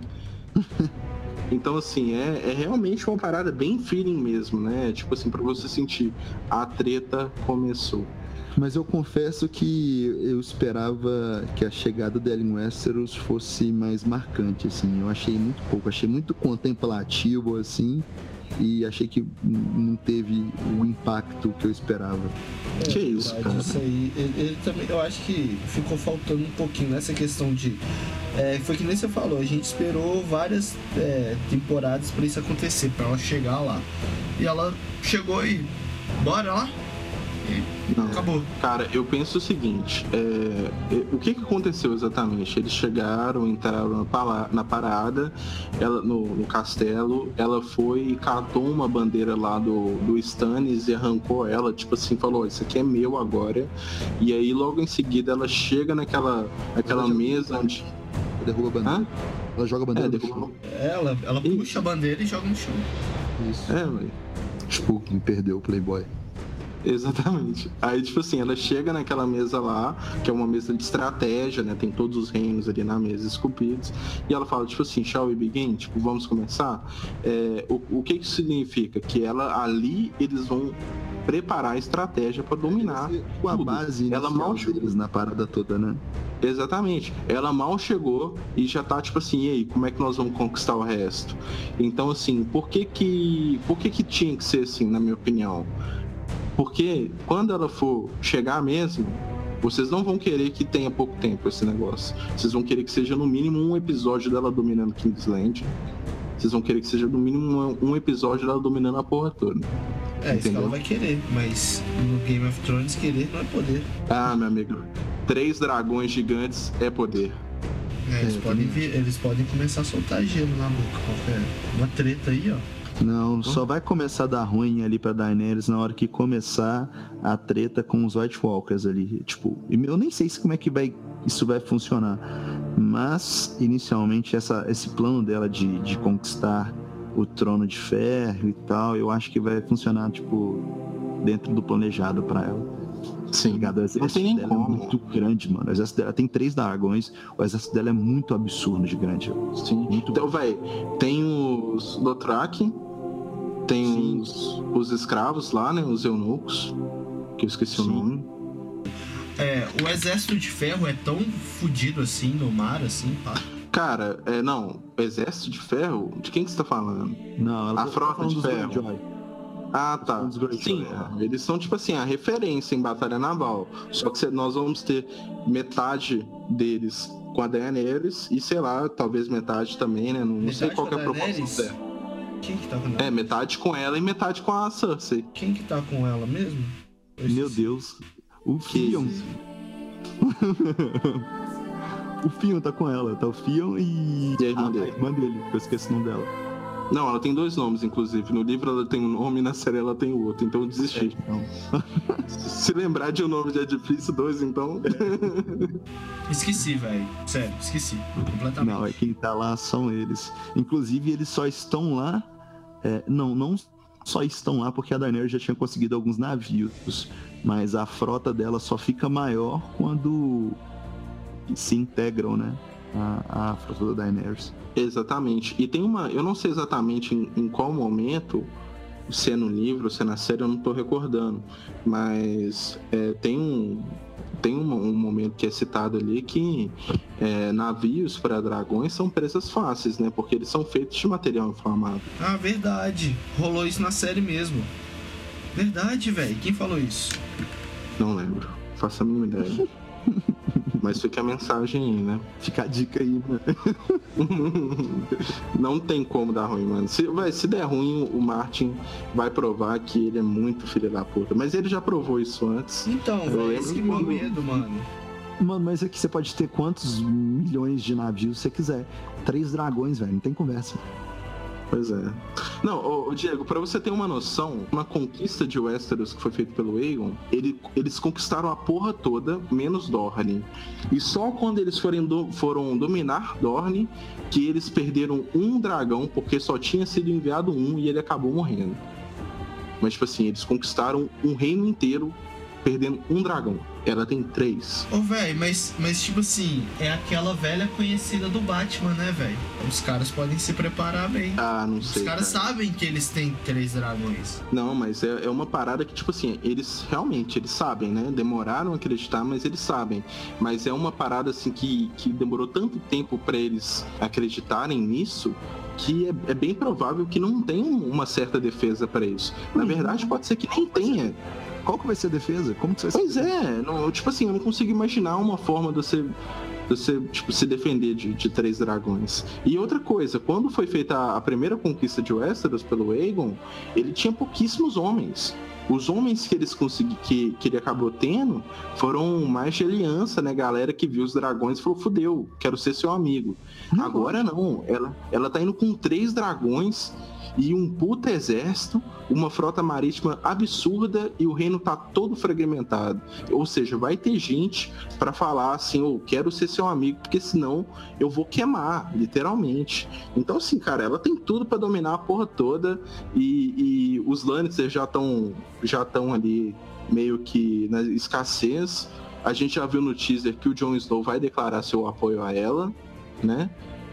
Então, assim, é realmente uma parada bem feeling mesmo, né? Tipo assim, pra você sentir, a treta começou. Mas eu confesso que eu esperava que a chegada dela em Westeros fosse mais marcante, assim. Eu achei muito pouco, achei muito contemplativo, assim. E achei que não teve o impacto que eu esperava. Que isso, cara? Isso aí, ele também, eu acho que ficou faltando um pouquinho nessa questão de... foi que nem você falou, a gente esperou várias temporadas pra isso acontecer, pra ela chegar lá. E ela chegou e... bora lá? E acabou. Cara, eu penso o seguinte, o que aconteceu exatamente? Eles chegaram, entraram na parada, ela, no castelo, ela foi e catou uma bandeira lá do Stannis e arrancou ela, tipo assim, falou, isso aqui é meu agora. E aí logo em seguida ela chega naquela mesa onde... Derruba a bandeira. Ela joga a bandeira no chão. Ela puxa a bandeira e joga no chão. Isso. Tipo, me perdeu o Playboy. Exatamente. Aí, tipo assim, ela chega naquela mesa lá, que é uma mesa de estratégia, né? Tem todos os reinos ali na mesa esculpidos. E ela fala, tipo assim, "Shall we begin?" Tipo, vamos começar? O que isso significa? Que ali eles vão preparar a estratégia para dominar com a base ela mal deles na parada toda, né? Exatamente. Ela mal chegou e já tá tipo assim, e aí, como é que nós vamos conquistar o resto? Então, assim, por que tinha que ser assim, na minha opinião? Porque quando ela for chegar mesmo, vocês não vão querer que tenha pouco tempo esse negócio. Vocês vão querer que seja no mínimo um episódio dela dominando Kingsland. Vocês vão querer que seja no mínimo um episódio dela dominando a porra toda. Isso que ela vai querer, mas no Game of Thrones querer não é poder. Ah, meu amigo, 3 dragões gigantes é poder. Eles podem começar a soltar gelo na boca. Qualquer uma treta aí, ó. Não, só vai começar a dar ruim ali pra Daenerys na hora que começar a treta com os White Walkers ali. Tipo, eu nem sei como é que isso vai funcionar. Mas, inicialmente, esse plano dela de conquistar o trono de ferro e tal, eu acho que vai funcionar, tipo, dentro do planejado pra ela. Sim, ligado? O exército dela é muito grande, mano. O exército dela tem 3 dragões, o exército dela é muito absurdo de grande. Sim. Muito então, velho, tem os Dothraki, tem os escravos lá, né? Os eunucos, que eu esqueci o nome. O exército de ferro é tão fodido assim no mar, assim, pá. Cara, não, exército de ferro? De quem que você tá falando? Não, a frota de ferro. Ah, tá. Sim, eles são tipo assim, a referência em batalha naval. Só que nós vamos ter metade deles com a Daenerys e, sei lá, talvez metade também, né? Não sei qual que é a proposta dela. Quem que tá com ela? Metade com ela e metade com a Cersei. Quem que tá com ela mesmo? Meu Deus. O Theon. O Theon tá com ela. Tá o Theon e a irmã dele. Eu esqueci o nome dela. Não, ela tem 2 nomes, inclusive. No livro ela tem um nome e na série ela tem o outro. Então eu desisti. Se lembrar de um nome já é difícil, 2, então... Esqueci, velho. Sério, esqueci. Completamente. Não, quem tá lá são eles. Inclusive, eles só estão lá... Não só estão lá porque a Daenerys já tinha conseguido alguns navios. Mas a frota dela só fica maior quando se integram, né? A frota da Daenerys. Exatamente. E tem eu não sei exatamente em qual momento, se é no livro, se é na série, eu não tô recordando, mas tem um momento que é citado ali que navios para dragões são presas fáceis, né? Porque eles são feitos de material inflamável. Ah, verdade. Rolou isso na série mesmo. Verdade, velho. Quem falou isso? Não lembro. Faço a mínima ideia. Mas fica a mensagem aí, né? Fica a dica aí, mano. Não tem como dar ruim, mano. Se der ruim, o Martin vai provar que ele é muito filho da puta. Mas ele já provou isso antes. Então, velho, esse que é meu medo, mano. Mano, mas aqui você pode ter quantos milhões de navios você quiser. 3 dragões, velho, não tem conversa. Pois é. Não, Diego, pra você ter uma noção, uma conquista de Westeros que foi feita pelo Aegon, eles conquistaram a porra toda, menos Dorne. E só quando eles foram dominar Dorne, que eles perderam um dragão, porque só tinha sido enviado um e ele acabou morrendo. Mas, tipo assim, eles conquistaram um reino inteiro, perdendo um dragão. Ela tem 3. Ô, velho, mas tipo assim, é aquela velha conhecida do Batman, né, velho? Os caras podem se preparar bem. Ah, não sei. Os caras sabem que eles têm 3 dragões. Não, mas é uma parada que, tipo assim, eles sabem, né? Demoraram a acreditar, mas eles sabem. Mas é uma parada, assim, que demorou tanto tempo pra eles acreditarem nisso, que é bem provável que não tenha uma certa defesa pra isso. Na verdade, pode ser que nem tenha. Qual que vai ser a defesa? Como que você vai Pois é, tipo assim, eu não consigo imaginar uma forma de você tipo, se defender de 3 dragões. E outra coisa, quando foi feita a primeira conquista de Westeros pelo Aegon, ele tinha pouquíssimos homens. Os homens que que ele acabou tendo foram mais de aliança, né? Galera que viu os dragões e falou, fudeu, quero ser seu amigo. Agora não, ela tá indo com 3 dragões e um puta exército, uma frota marítima absurda e o reino tá todo fragmentado. Ou seja, vai ter gente pra falar assim, quero ser seu amigo, porque senão eu vou queimar, literalmente. Então assim, cara, ela tem tudo pra dominar a porra toda e os Lannisters já estão ali meio que na escassez. A gente já viu no teaser que o Jon Snow vai declarar seu apoio a ela, né?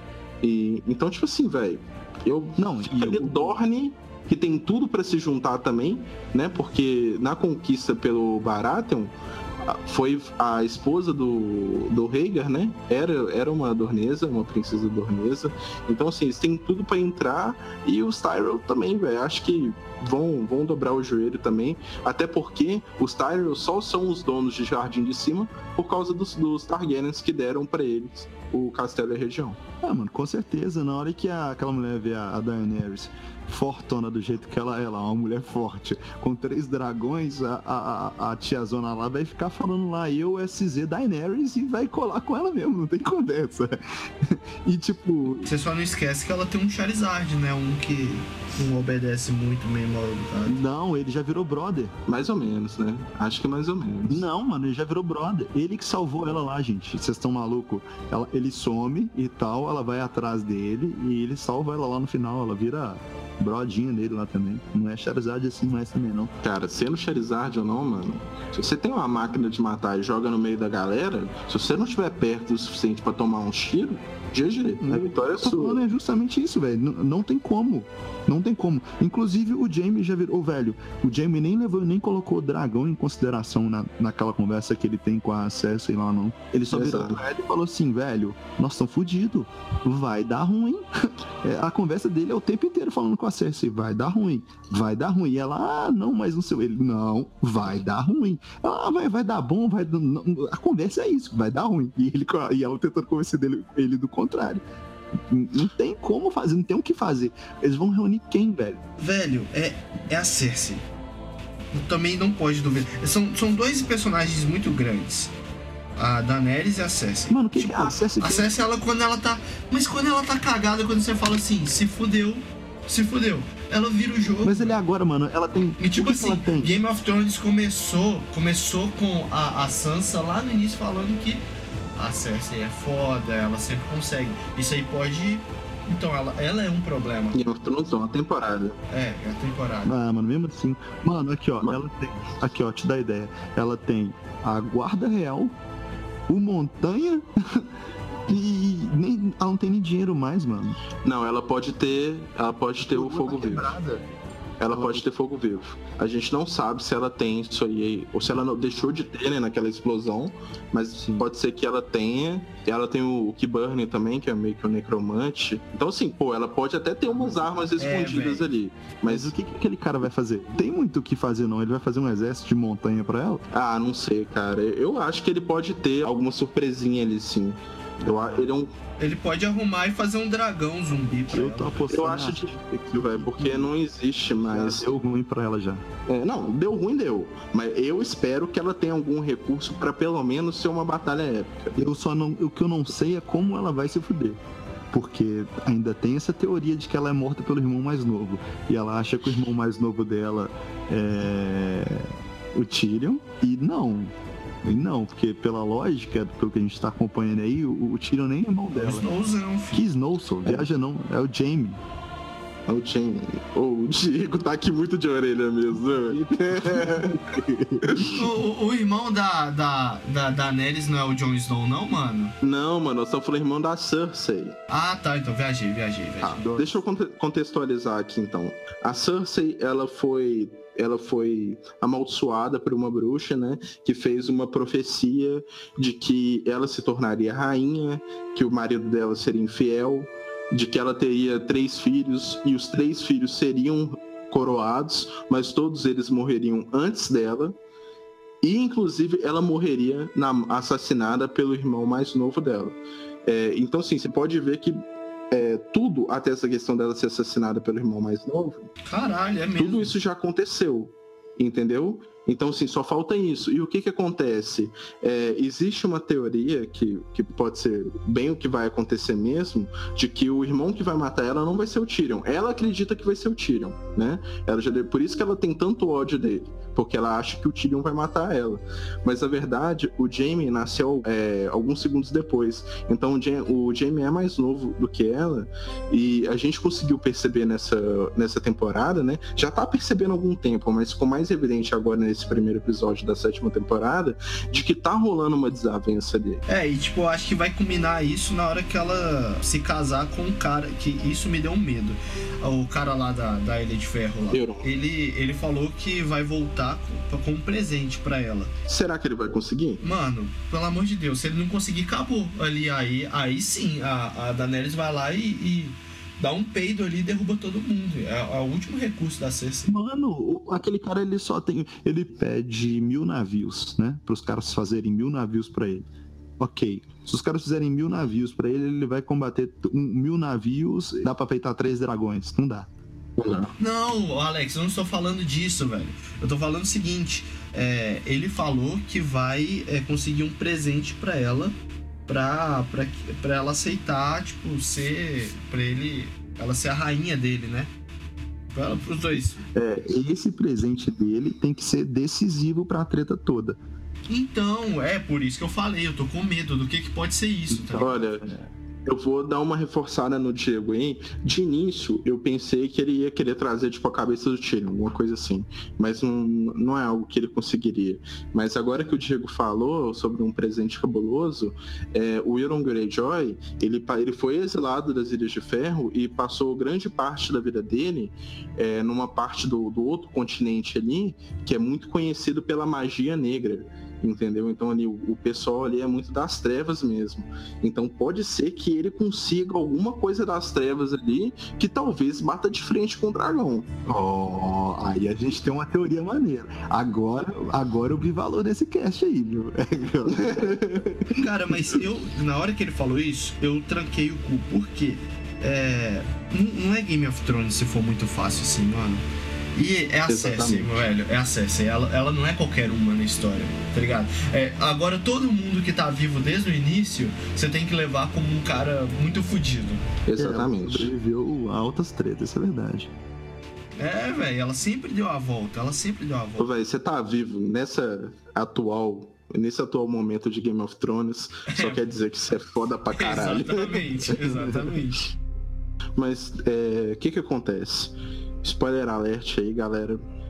E então, tipo assim, velho, ficaria Dorne, que tem tudo pra se juntar também, né? Porque na conquista pelo Baratheon foi a esposa do Rhaegar, né? Era uma dornesa, uma princesa dornesa. Então, assim, eles têm tudo pra entrar. E os Tyrell também, velho. Acho que vão dobrar o joelho também. Até porque os Tyrell só são os donos de Jardim de Cima por causa dos Targaryens que deram pra eles o castelo e a região. Ah, mano, com certeza. Na hora que aquela mulher vê a Daenerys fortona do jeito que ela é lá, uma mulher forte, com 3 dragões, a tiazona lá vai ficar falando lá, eu, SZ Daenerys, e vai colar com ela mesmo, não tem conversa. E tipo... Você só não esquece que ela tem um Charizard, né? Um que não obedece muito, meio mal educado. Não, ele já virou brother. Mais ou menos, né? Acho que mais ou menos. Não, mano, ele já virou brother. Ele que salvou ela lá, gente. Vocês estão malucos? Ele some e tal, ela vai atrás dele e ele salva ela lá no final. Ela vira brodinha dele lá também. Não é Charizard assim mais também, não. Cara, sendo Charizard ou não, mano, se você tem uma máquina de matar e joga no meio da galera, se você não estiver perto o suficiente pra tomar um tiro, GG, a vitória é sua. É justamente isso, velho. Não tem como. Não tem como. Inclusive, o Jaime já virou, velho. O Jaime nem colocou o dragão em consideração naquela conversa que ele tem com a Cersei lá, não. Ele só virou pra ela e falou assim, velho, nós estamos fodidos. Vai dar ruim. A conversa dele é o tempo inteiro falando com a Cersei, vai dar ruim. Vai dar ruim. E ela, não, mas não sei. Ele, não, vai dar ruim. Ela, vai dar bom, vai dar... A conversa é isso, vai dar ruim. E ela tentando convencer ele do contrário. Não tem como fazer, não tem o que fazer. Eles vão reunir quem, velho? Velho, é a Cersei. Também não pode duvidar. São 2 personagens muito grandes. A Daenerys e a Cersei. Mano, que a Cersei? A Cersei, quando ela tá... Mas quando ela tá cagada, quando você fala assim, se fudeu. Ela vira o jogo. Mas ele agora, mano, ela tem... E tipo assim, Game of Thrones começou com a Sansa lá no início falando que a Cersei é foda, ela sempre consegue. Isso aí pode... Então, ela é um problema. Game of Thrones é uma temporada. É a temporada. Ah, mano, mesmo assim... Mano, aqui, ó, ela tem... Aqui, ó, te dá ideia. Ela tem a Guarda Real, o Montanha... E ela não tem nem dinheiro mais, mano. Não, ela pode ter o fogo vivo. ela pode ter fogo vivo. A gente não sabe se ela tem isso aí, ou se ela não deixou de ter, né, naquela explosão, mas sim, pode ser que ela tenha. Ela tem o Qyburn também, que é meio que um necromante. Então, assim, pô, ela pode até ter umas armas escondidas ali. Mas o que aquele cara vai fazer? Tem muito o que fazer, não? Ele vai fazer um exército de montanha pra ela? Ah, não sei, cara. Eu acho que ele pode ter alguma surpresinha ali, sim. Ele pode arrumar e fazer um dragão zumbi pra ela. Eu acho difícil, velho, porque não existe mais. Já deu ruim pra ela já. Não, deu ruim, deu. Mas eu espero que ela tenha algum recurso pra pelo menos ser uma batalha épica. O que eu não sei é como ela vai se fuder. Porque ainda tem essa teoria de que ela é morta pelo irmão mais novo. E ela acha que o irmão mais novo dela é o Tyrion. E não, porque pela lógica, pelo que a gente tá acompanhando aí, o Tyrion nem é irmão dela. Que Snowzone? Viaja não, é o Jaime. É o Jaime. O Diego tá aqui muito de orelha mesmo. o irmão da Daenerys não é o Jon Snow, não, mano? Não, mano, eu só falei irmão da Cersei. Ah, tá, então viajei. Deixa eu contextualizar aqui, então. A Cersei, ela foi amaldiçoada por uma bruxa, né, que fez uma profecia de que ela se tornaria rainha, que o marido dela seria infiel, de que ela teria 3 filhos e os 3 filhos seriam coroados, mas todos eles morreriam antes dela, e inclusive ela morreria assassinada pelo irmão mais novo dela. Então, assim, você pode ver que tudo, até essa questão dela ser assassinada pelo irmão mais novo, caralho, é mesmo. Tudo isso já aconteceu, entendeu? Então, assim, só falta isso. E o que acontece? Existe uma teoria que pode ser bem o que vai acontecer mesmo, de que o irmão que vai matar ela não vai ser o Tyrion. Ela acredita que vai ser o Tyrion, né? Por isso que ela tem tanto ódio dele, porque ela acha que o Tyrion vai matar ela. Mas, na verdade, o Jaime nasceu alguns segundos depois. Então, o Jaime é mais novo do que ela, e a gente conseguiu perceber nessa temporada, né? Já tá percebendo há algum tempo, mas ficou mais evidente agora nesse primeiro episódio da 7ª temporada, de que tá rolando uma desavença ali. E tipo, eu acho que vai culminar isso na hora que ela se casar com um cara, que isso me deu um medo. O cara lá da Ilha de Ferro lá. Ele falou que vai voltar com um presente pra ela. Será que ele vai conseguir? Mano, pelo amor de Deus, se ele não conseguir, acabou. Aí sim, a Daenerys vai lá e dá um peido ali e derruba todo mundo. É o último recurso da Cersei. Mano, aquele cara, ele pede 1000 navios, né? Para os caras fazerem 1000 navios para ele. Ok. Se os caras fizerem 1000 navios para ele vai combater 1000 navios. Dá pra peitar 3 dragões. Não dá. Não, Alex, eu não estou falando disso, velho. Eu tô falando o seguinte. Ele falou que vai conseguir um presente para ela, pra ela aceitar, tipo, ela ser a rainha dele, né? Pros dois. Esse presente dele tem que ser decisivo pra treta toda. Então, por isso que eu falei, eu tô com medo do que pode ser isso, tá? Olha, eu vou dar uma reforçada no Diego, hein? De início, eu pensei que ele ia querer trazer, tipo, a cabeça do Tyrion, alguma coisa assim. Mas não é algo que ele conseguiria. Mas agora que o Diego falou sobre um presente cabuloso, o Euron Greyjoy, ele foi exilado das Ilhas de Ferro e passou grande parte da vida dele numa parte do outro continente ali, que é muito conhecido pela magia negra. Entendeu? Então ali o pessoal ali é muito das trevas mesmo. Então pode ser que ele consiga alguma coisa das trevas ali que talvez bata de frente com o dragão. Aí a gente tem uma teoria maneira. Agora eu vi valor nesse cast aí, viu? Cara, mas na hora que ele falou isso, eu tranquei o cu. Por quê? Não é Game of Thrones se for muito fácil assim, mano. E é a Cersei, meu velho. É a Cersei. Ela não é qualquer uma na história, tá ligado? Agora, todo mundo que tá vivo desde o início, você tem que levar como um cara muito fodido. Exatamente. Ela sobreviveu a altas tretas, isso é verdade. Velho, ela sempre deu a volta. Velho, você tá vivo nesse atual momento de Game of Thrones, só quer dizer que você é foda pra caralho. Exatamente. Mas, o que acontece? Spoiler alert aí, galera.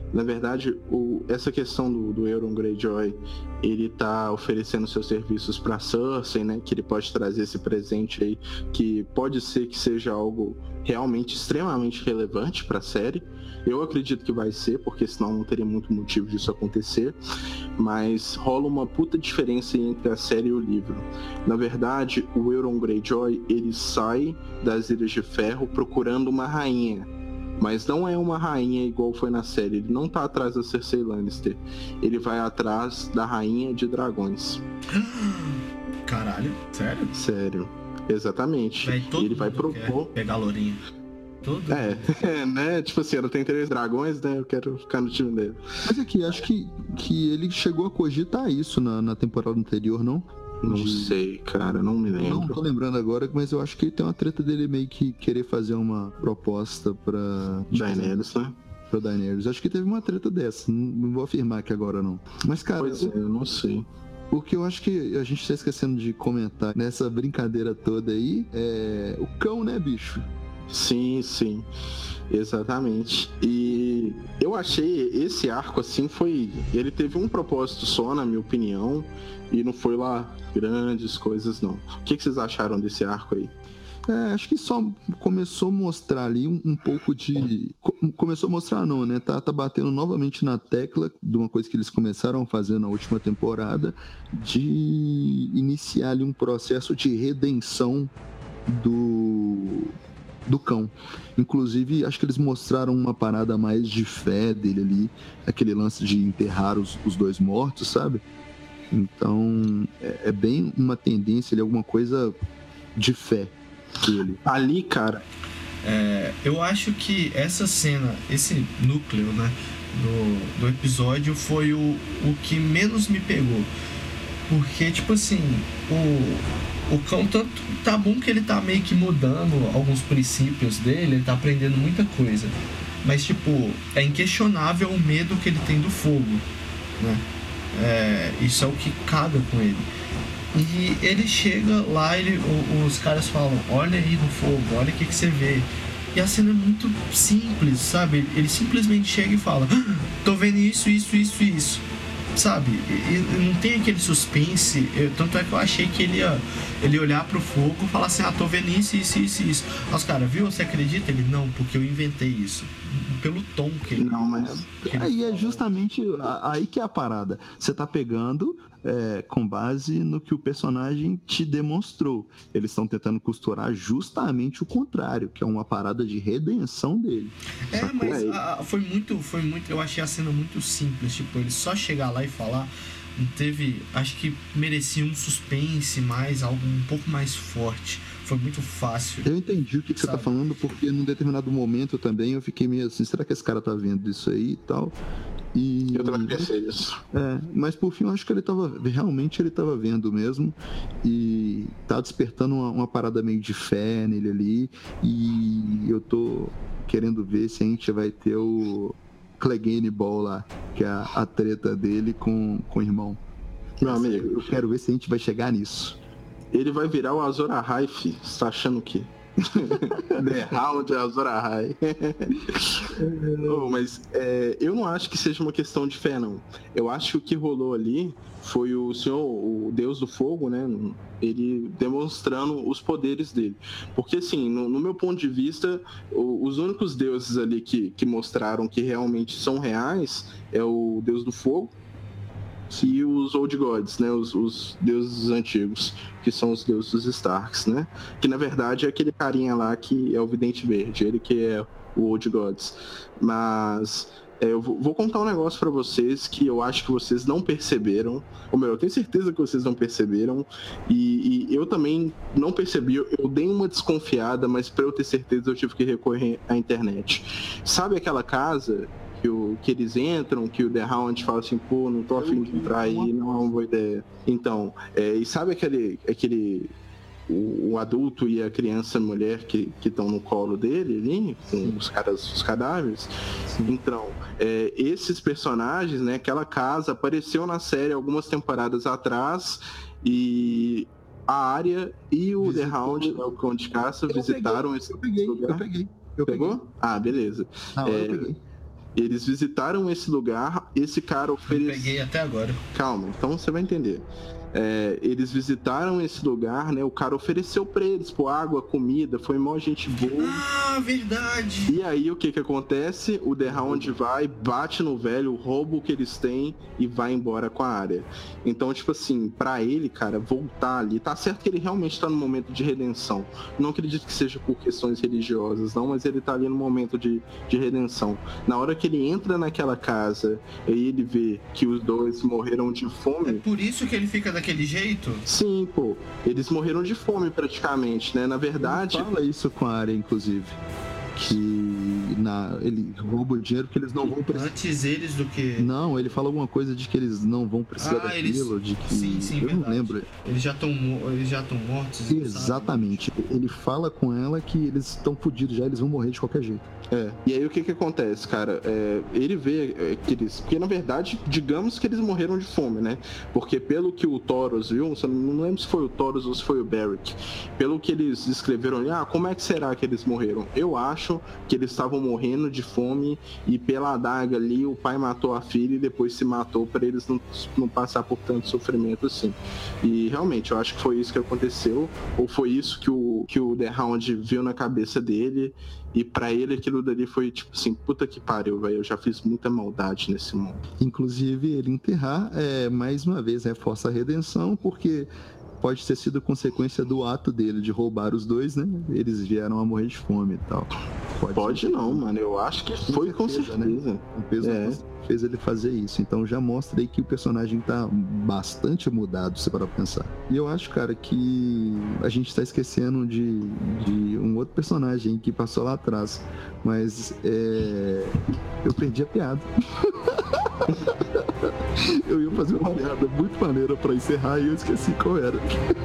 Na verdade, essa questão do Euron Greyjoy, ele tá oferecendo seus serviços para Cersei, né? Que ele pode trazer esse presente aí, que pode ser que seja algo realmente extremamente relevante para a série. Eu acredito que vai ser, porque senão não teria muito motivo disso acontecer. Mas rola uma puta diferença entre a série e o livro. Na verdade, o Euron Greyjoy, ele sai das Ilhas de Ferro procurando uma rainha. Mas não é uma rainha igual foi na série. Ele não tá atrás da Cersei Lannister. Ele vai atrás da Rainha de Dragões. Caralho, sério? Sério, exatamente. Véi, todo ele vai mundo propor... quer pegar a lourinha. Todo mundo. Né? Tipo assim, ela tem 3 dragões, né? Eu quero ficar no time dele. Mas aqui, acho que ele chegou a cogitar isso na temporada anterior, não? Não sei, cara, não me lembro. Não tô lembrando agora, mas eu acho que tem uma treta dele meio que querer fazer uma proposta pra... Daenerys, né? Pra Daenerys. Acho que teve uma treta dessa, não vou afirmar que agora não. Mas, cara... Pois é, eu não sei. O que eu acho que a gente tá esquecendo de comentar nessa brincadeira toda aí é o cão, né, bicho? Sim, sim. Exatamente. E eu achei esse arco assim ele teve um propósito só, na minha opinião, e não foi lá grandes coisas não. O que vocês acharam desse arco aí? Acho que só começou a mostrar ali um pouco de... Começou a mostrar não, né? Tá batendo novamente na tecla de uma coisa que eles começaram a fazer na última temporada, de iniciar ali um processo de redenção do cão. Inclusive, acho que eles mostraram uma parada mais de fé dele ali, aquele lance de enterrar os 2 mortos, sabe? Então, é bem uma tendência ali, alguma coisa de fé dele. Ali, cara... eu acho que essa cena, esse núcleo, né, do episódio foi o que menos me pegou. Porque, tipo assim, o cão tá bom que ele tá meio que mudando alguns princípios dele, ele tá aprendendo muita coisa. Mas, tipo, é inquestionável o medo que ele tem do fogo, né? Isso é o que caga com ele. E ele chega lá, os caras falam, olha aí no fogo, olha o que você vê. E a cena é muito simples, sabe? Ele simplesmente chega e fala, tô vendo isso, sabe? E não tem aquele suspense. Tanto é que eu achei que ele ia olhar pro fogo e falar assim, tô vendo isso. Aí os caras, viu? Você acredita? Ele, não, porque eu inventei isso. Pelo tom que ele... Não, mas... Aí é justamente aí que é a parada. Você tá pegando com base no que o personagem te demonstrou. Eles estão tentando costurar justamente o contrário, que é uma parada de redenção dele. Mas foi muito... Eu achei a cena muito simples. Tipo, ele só chegar lá e falar... Não teve... Acho que merecia um suspense mais, algo um pouco mais forte. Foi muito fácil. Eu entendi o que você tá falando, porque num determinado momento também eu fiquei meio assim, será que esse cara tá vendo isso aí e tal? E... Eu também pensei isso. Mas por fim eu acho que ele tava vendo mesmo, e tá despertando uma parada meio de fé nele ali, e eu tô querendo ver se a gente vai ter o Clegane Ball lá, que é a treta dele com o irmão. Meu amigo, eu quero ver se a gente vai chegar nisso. Ele vai virar o Azor Ahai, fi. Você tá achando o quê? The Hound Azor Ahai. Mas eu não acho que seja uma questão de fé, não. Eu acho que o que rolou ali foi o Senhor, o Deus do Fogo, né? Ele demonstrando os poderes dele. Porque, assim, no meu ponto de vista, os únicos deuses ali que mostraram que realmente são reais é o Deus do Fogo e os Old Gods, né, os deuses antigos, que são os deuses dos Starks, né, que na verdade é aquele carinha lá que é o Vidente Verde, ele que é o Old Gods. Mas eu vou contar um negócio pra vocês que eu acho que vocês não perceberam, ou melhor, eu tenho certeza que vocês não perceberam, e eu também não percebi, eu dei uma desconfiada, mas pra eu ter certeza eu tive que recorrer à internet. Sabe aquela casa que eles entram, que o The Hound fala assim, pô, não tô afim de entrar aí, não é uma boa ideia. Então, e sabe o adulto e a criança mulher que estão no colo dele ali, com os cadáveres? Sim. Então, esses personagens, né, aquela casa apareceu na série algumas temporadas atrás, e a Arya e o The Hound, o Cão de Caça, visitaram esse lugar. Eu peguei. Pegou? Ah, beleza. Eu peguei. Eles visitaram esse lugar, esse cara ofereceu... Peguei até agora. Calma, então você vai entender. Eles visitaram esse lugar, né? O cara ofereceu pra eles, pô, água, comida, foi mó gente boa. Ah, verdade. E aí o que acontece? O The Hound vai, bate no velho, rouba o que eles têm e vai embora com a área. Então, tipo assim, pra ele, cara, voltar ali, tá certo que ele realmente tá no momento de redenção. Não acredito que seja por questões religiosas, não, mas ele tá ali no momento de redenção. Na hora que ele entra naquela casa e ele vê que os dois morreram de fome... É por isso que ele fica daquele jeito? Sim, pô. Eles morreram de fome praticamente, né? Na verdade... Ele fala isso com a área, inclusive. Ele rouba o dinheiro porque eles não vão precisar. Antes eles do que... Não, ele fala alguma coisa de que eles não vão precisar daquilo, de que... Sim, eu verdade. não lembro. Eles já estão mortos. Exatamente. Ele fala com ela que eles estão fodidos já, eles vão morrer de qualquer jeito. E aí o que acontece, cara? Ele vê que eles... Porque, na verdade, digamos que eles morreram de fome, né? Porque pelo que o Thoros viu, não lembro se foi o Thoros ou se foi o Beric, pelo que eles escreveram ali, como é que será que eles morreram? Eu acho que eles estavam morrendo de fome e pela adaga ali o pai matou a filha e depois se matou para eles não passar por tanto sofrimento assim. E realmente, eu acho que foi isso que aconteceu, ou foi isso que o The Hound viu na cabeça dele. E pra ele aquilo dali foi tipo assim, puta que pariu, velho, eu já fiz muita maldade nesse mundo. Inclusive, ele enterrar, mais uma vez, reforça a redenção, porque pode ter sido consequência do ato dele de roubar os dois, né? Eles vieram a morrer de fome e tal. Pode não, mano, eu acho que foi com certeza. Né? O peso fez ele fazer isso. Então já mostra aí que o personagem tá bastante mudado, se para pensar. E eu acho, cara, que a gente tá esquecendo de um outro personagem que passou lá atrás. Mas eu perdi a piada. Eu ia fazer uma piada muito maneira pra encerrar e eu esqueci qual era.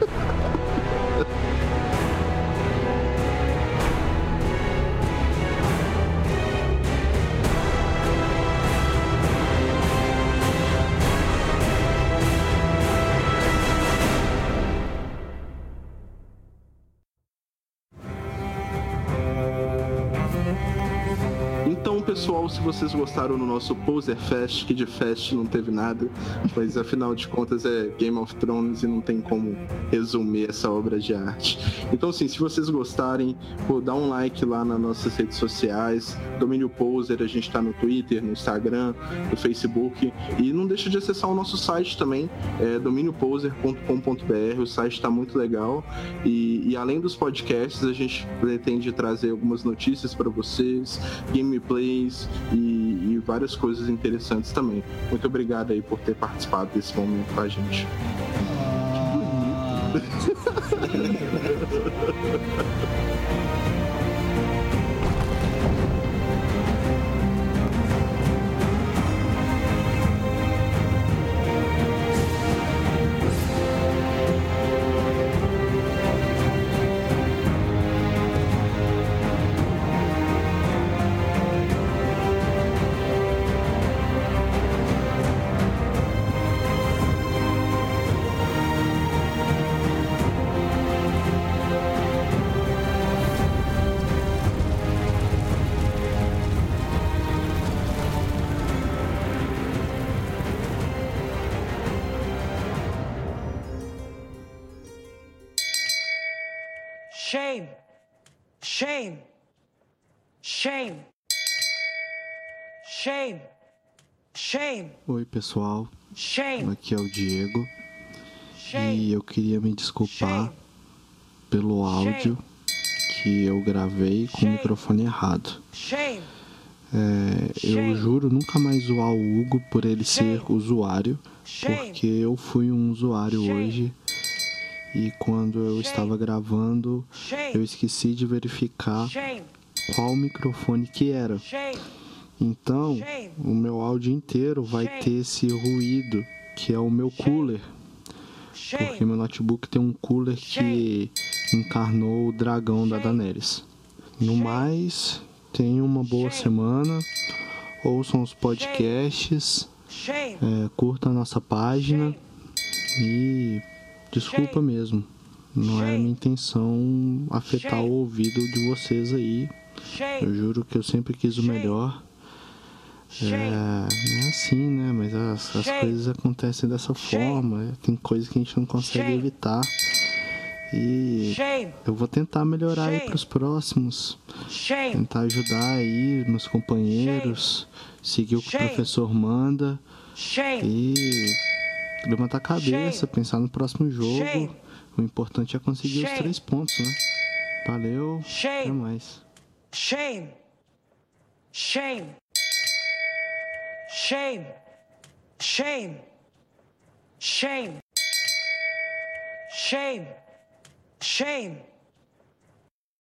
Pessoal, se vocês gostaram do nosso Poser Fest, que de Fest não teve nada, mas afinal de contas é Game of Thrones e não tem como resumir essa obra de arte. Então, assim, se vocês gostarem, dá um like lá nas nossas redes sociais, Domínio Poser, a gente tá no Twitter, no Instagram, no Facebook, e não deixa de acessar o nosso site também, dominioposer.com.br, o site tá muito legal, e além dos podcasts, a gente pretende trazer algumas notícias para vocês, gameplays, e várias coisas interessantes também. Muito obrigado aí por ter participado desse momento com a gente. Shame! Shame! Shame! Shame! Shame! Oi, pessoal. Shame! Aqui é o Diego. Shame! E eu queria me desculpar Shame! pelo áudio que eu gravei com o microfone errado. Shame! Eu juro nunca mais zoar o Hugo por ele ser usuário, porque eu fui um usuário hoje. E quando eu estava gravando, eu esqueci de verificar qual microfone que era. Então, o meu áudio inteiro vai ter esse ruído, que é o meu cooler. Porque meu notebook tem um cooler que encarnou o dragão da Daenerys. No mais, tenham uma boa semana. Ouçam os podcasts. Curtam a nossa página. E... desculpa mesmo, não é minha intenção afetar o ouvido de vocês aí. Eu juro que eu sempre quis o melhor. é assim, né? Mas as coisas acontecem dessa forma. Tem coisas que a gente não consegue evitar. E eu vou tentar melhorar aí pros próximos. Tentar ajudar aí meus companheiros. Seguir o que o professor manda. E levantar a cabeça, pensar no próximo jogo. O importante é conseguir os 3 pontos, né? Valeu, até mais. Shame. Shame. Shame. Shame. Shame. Shame. Shame.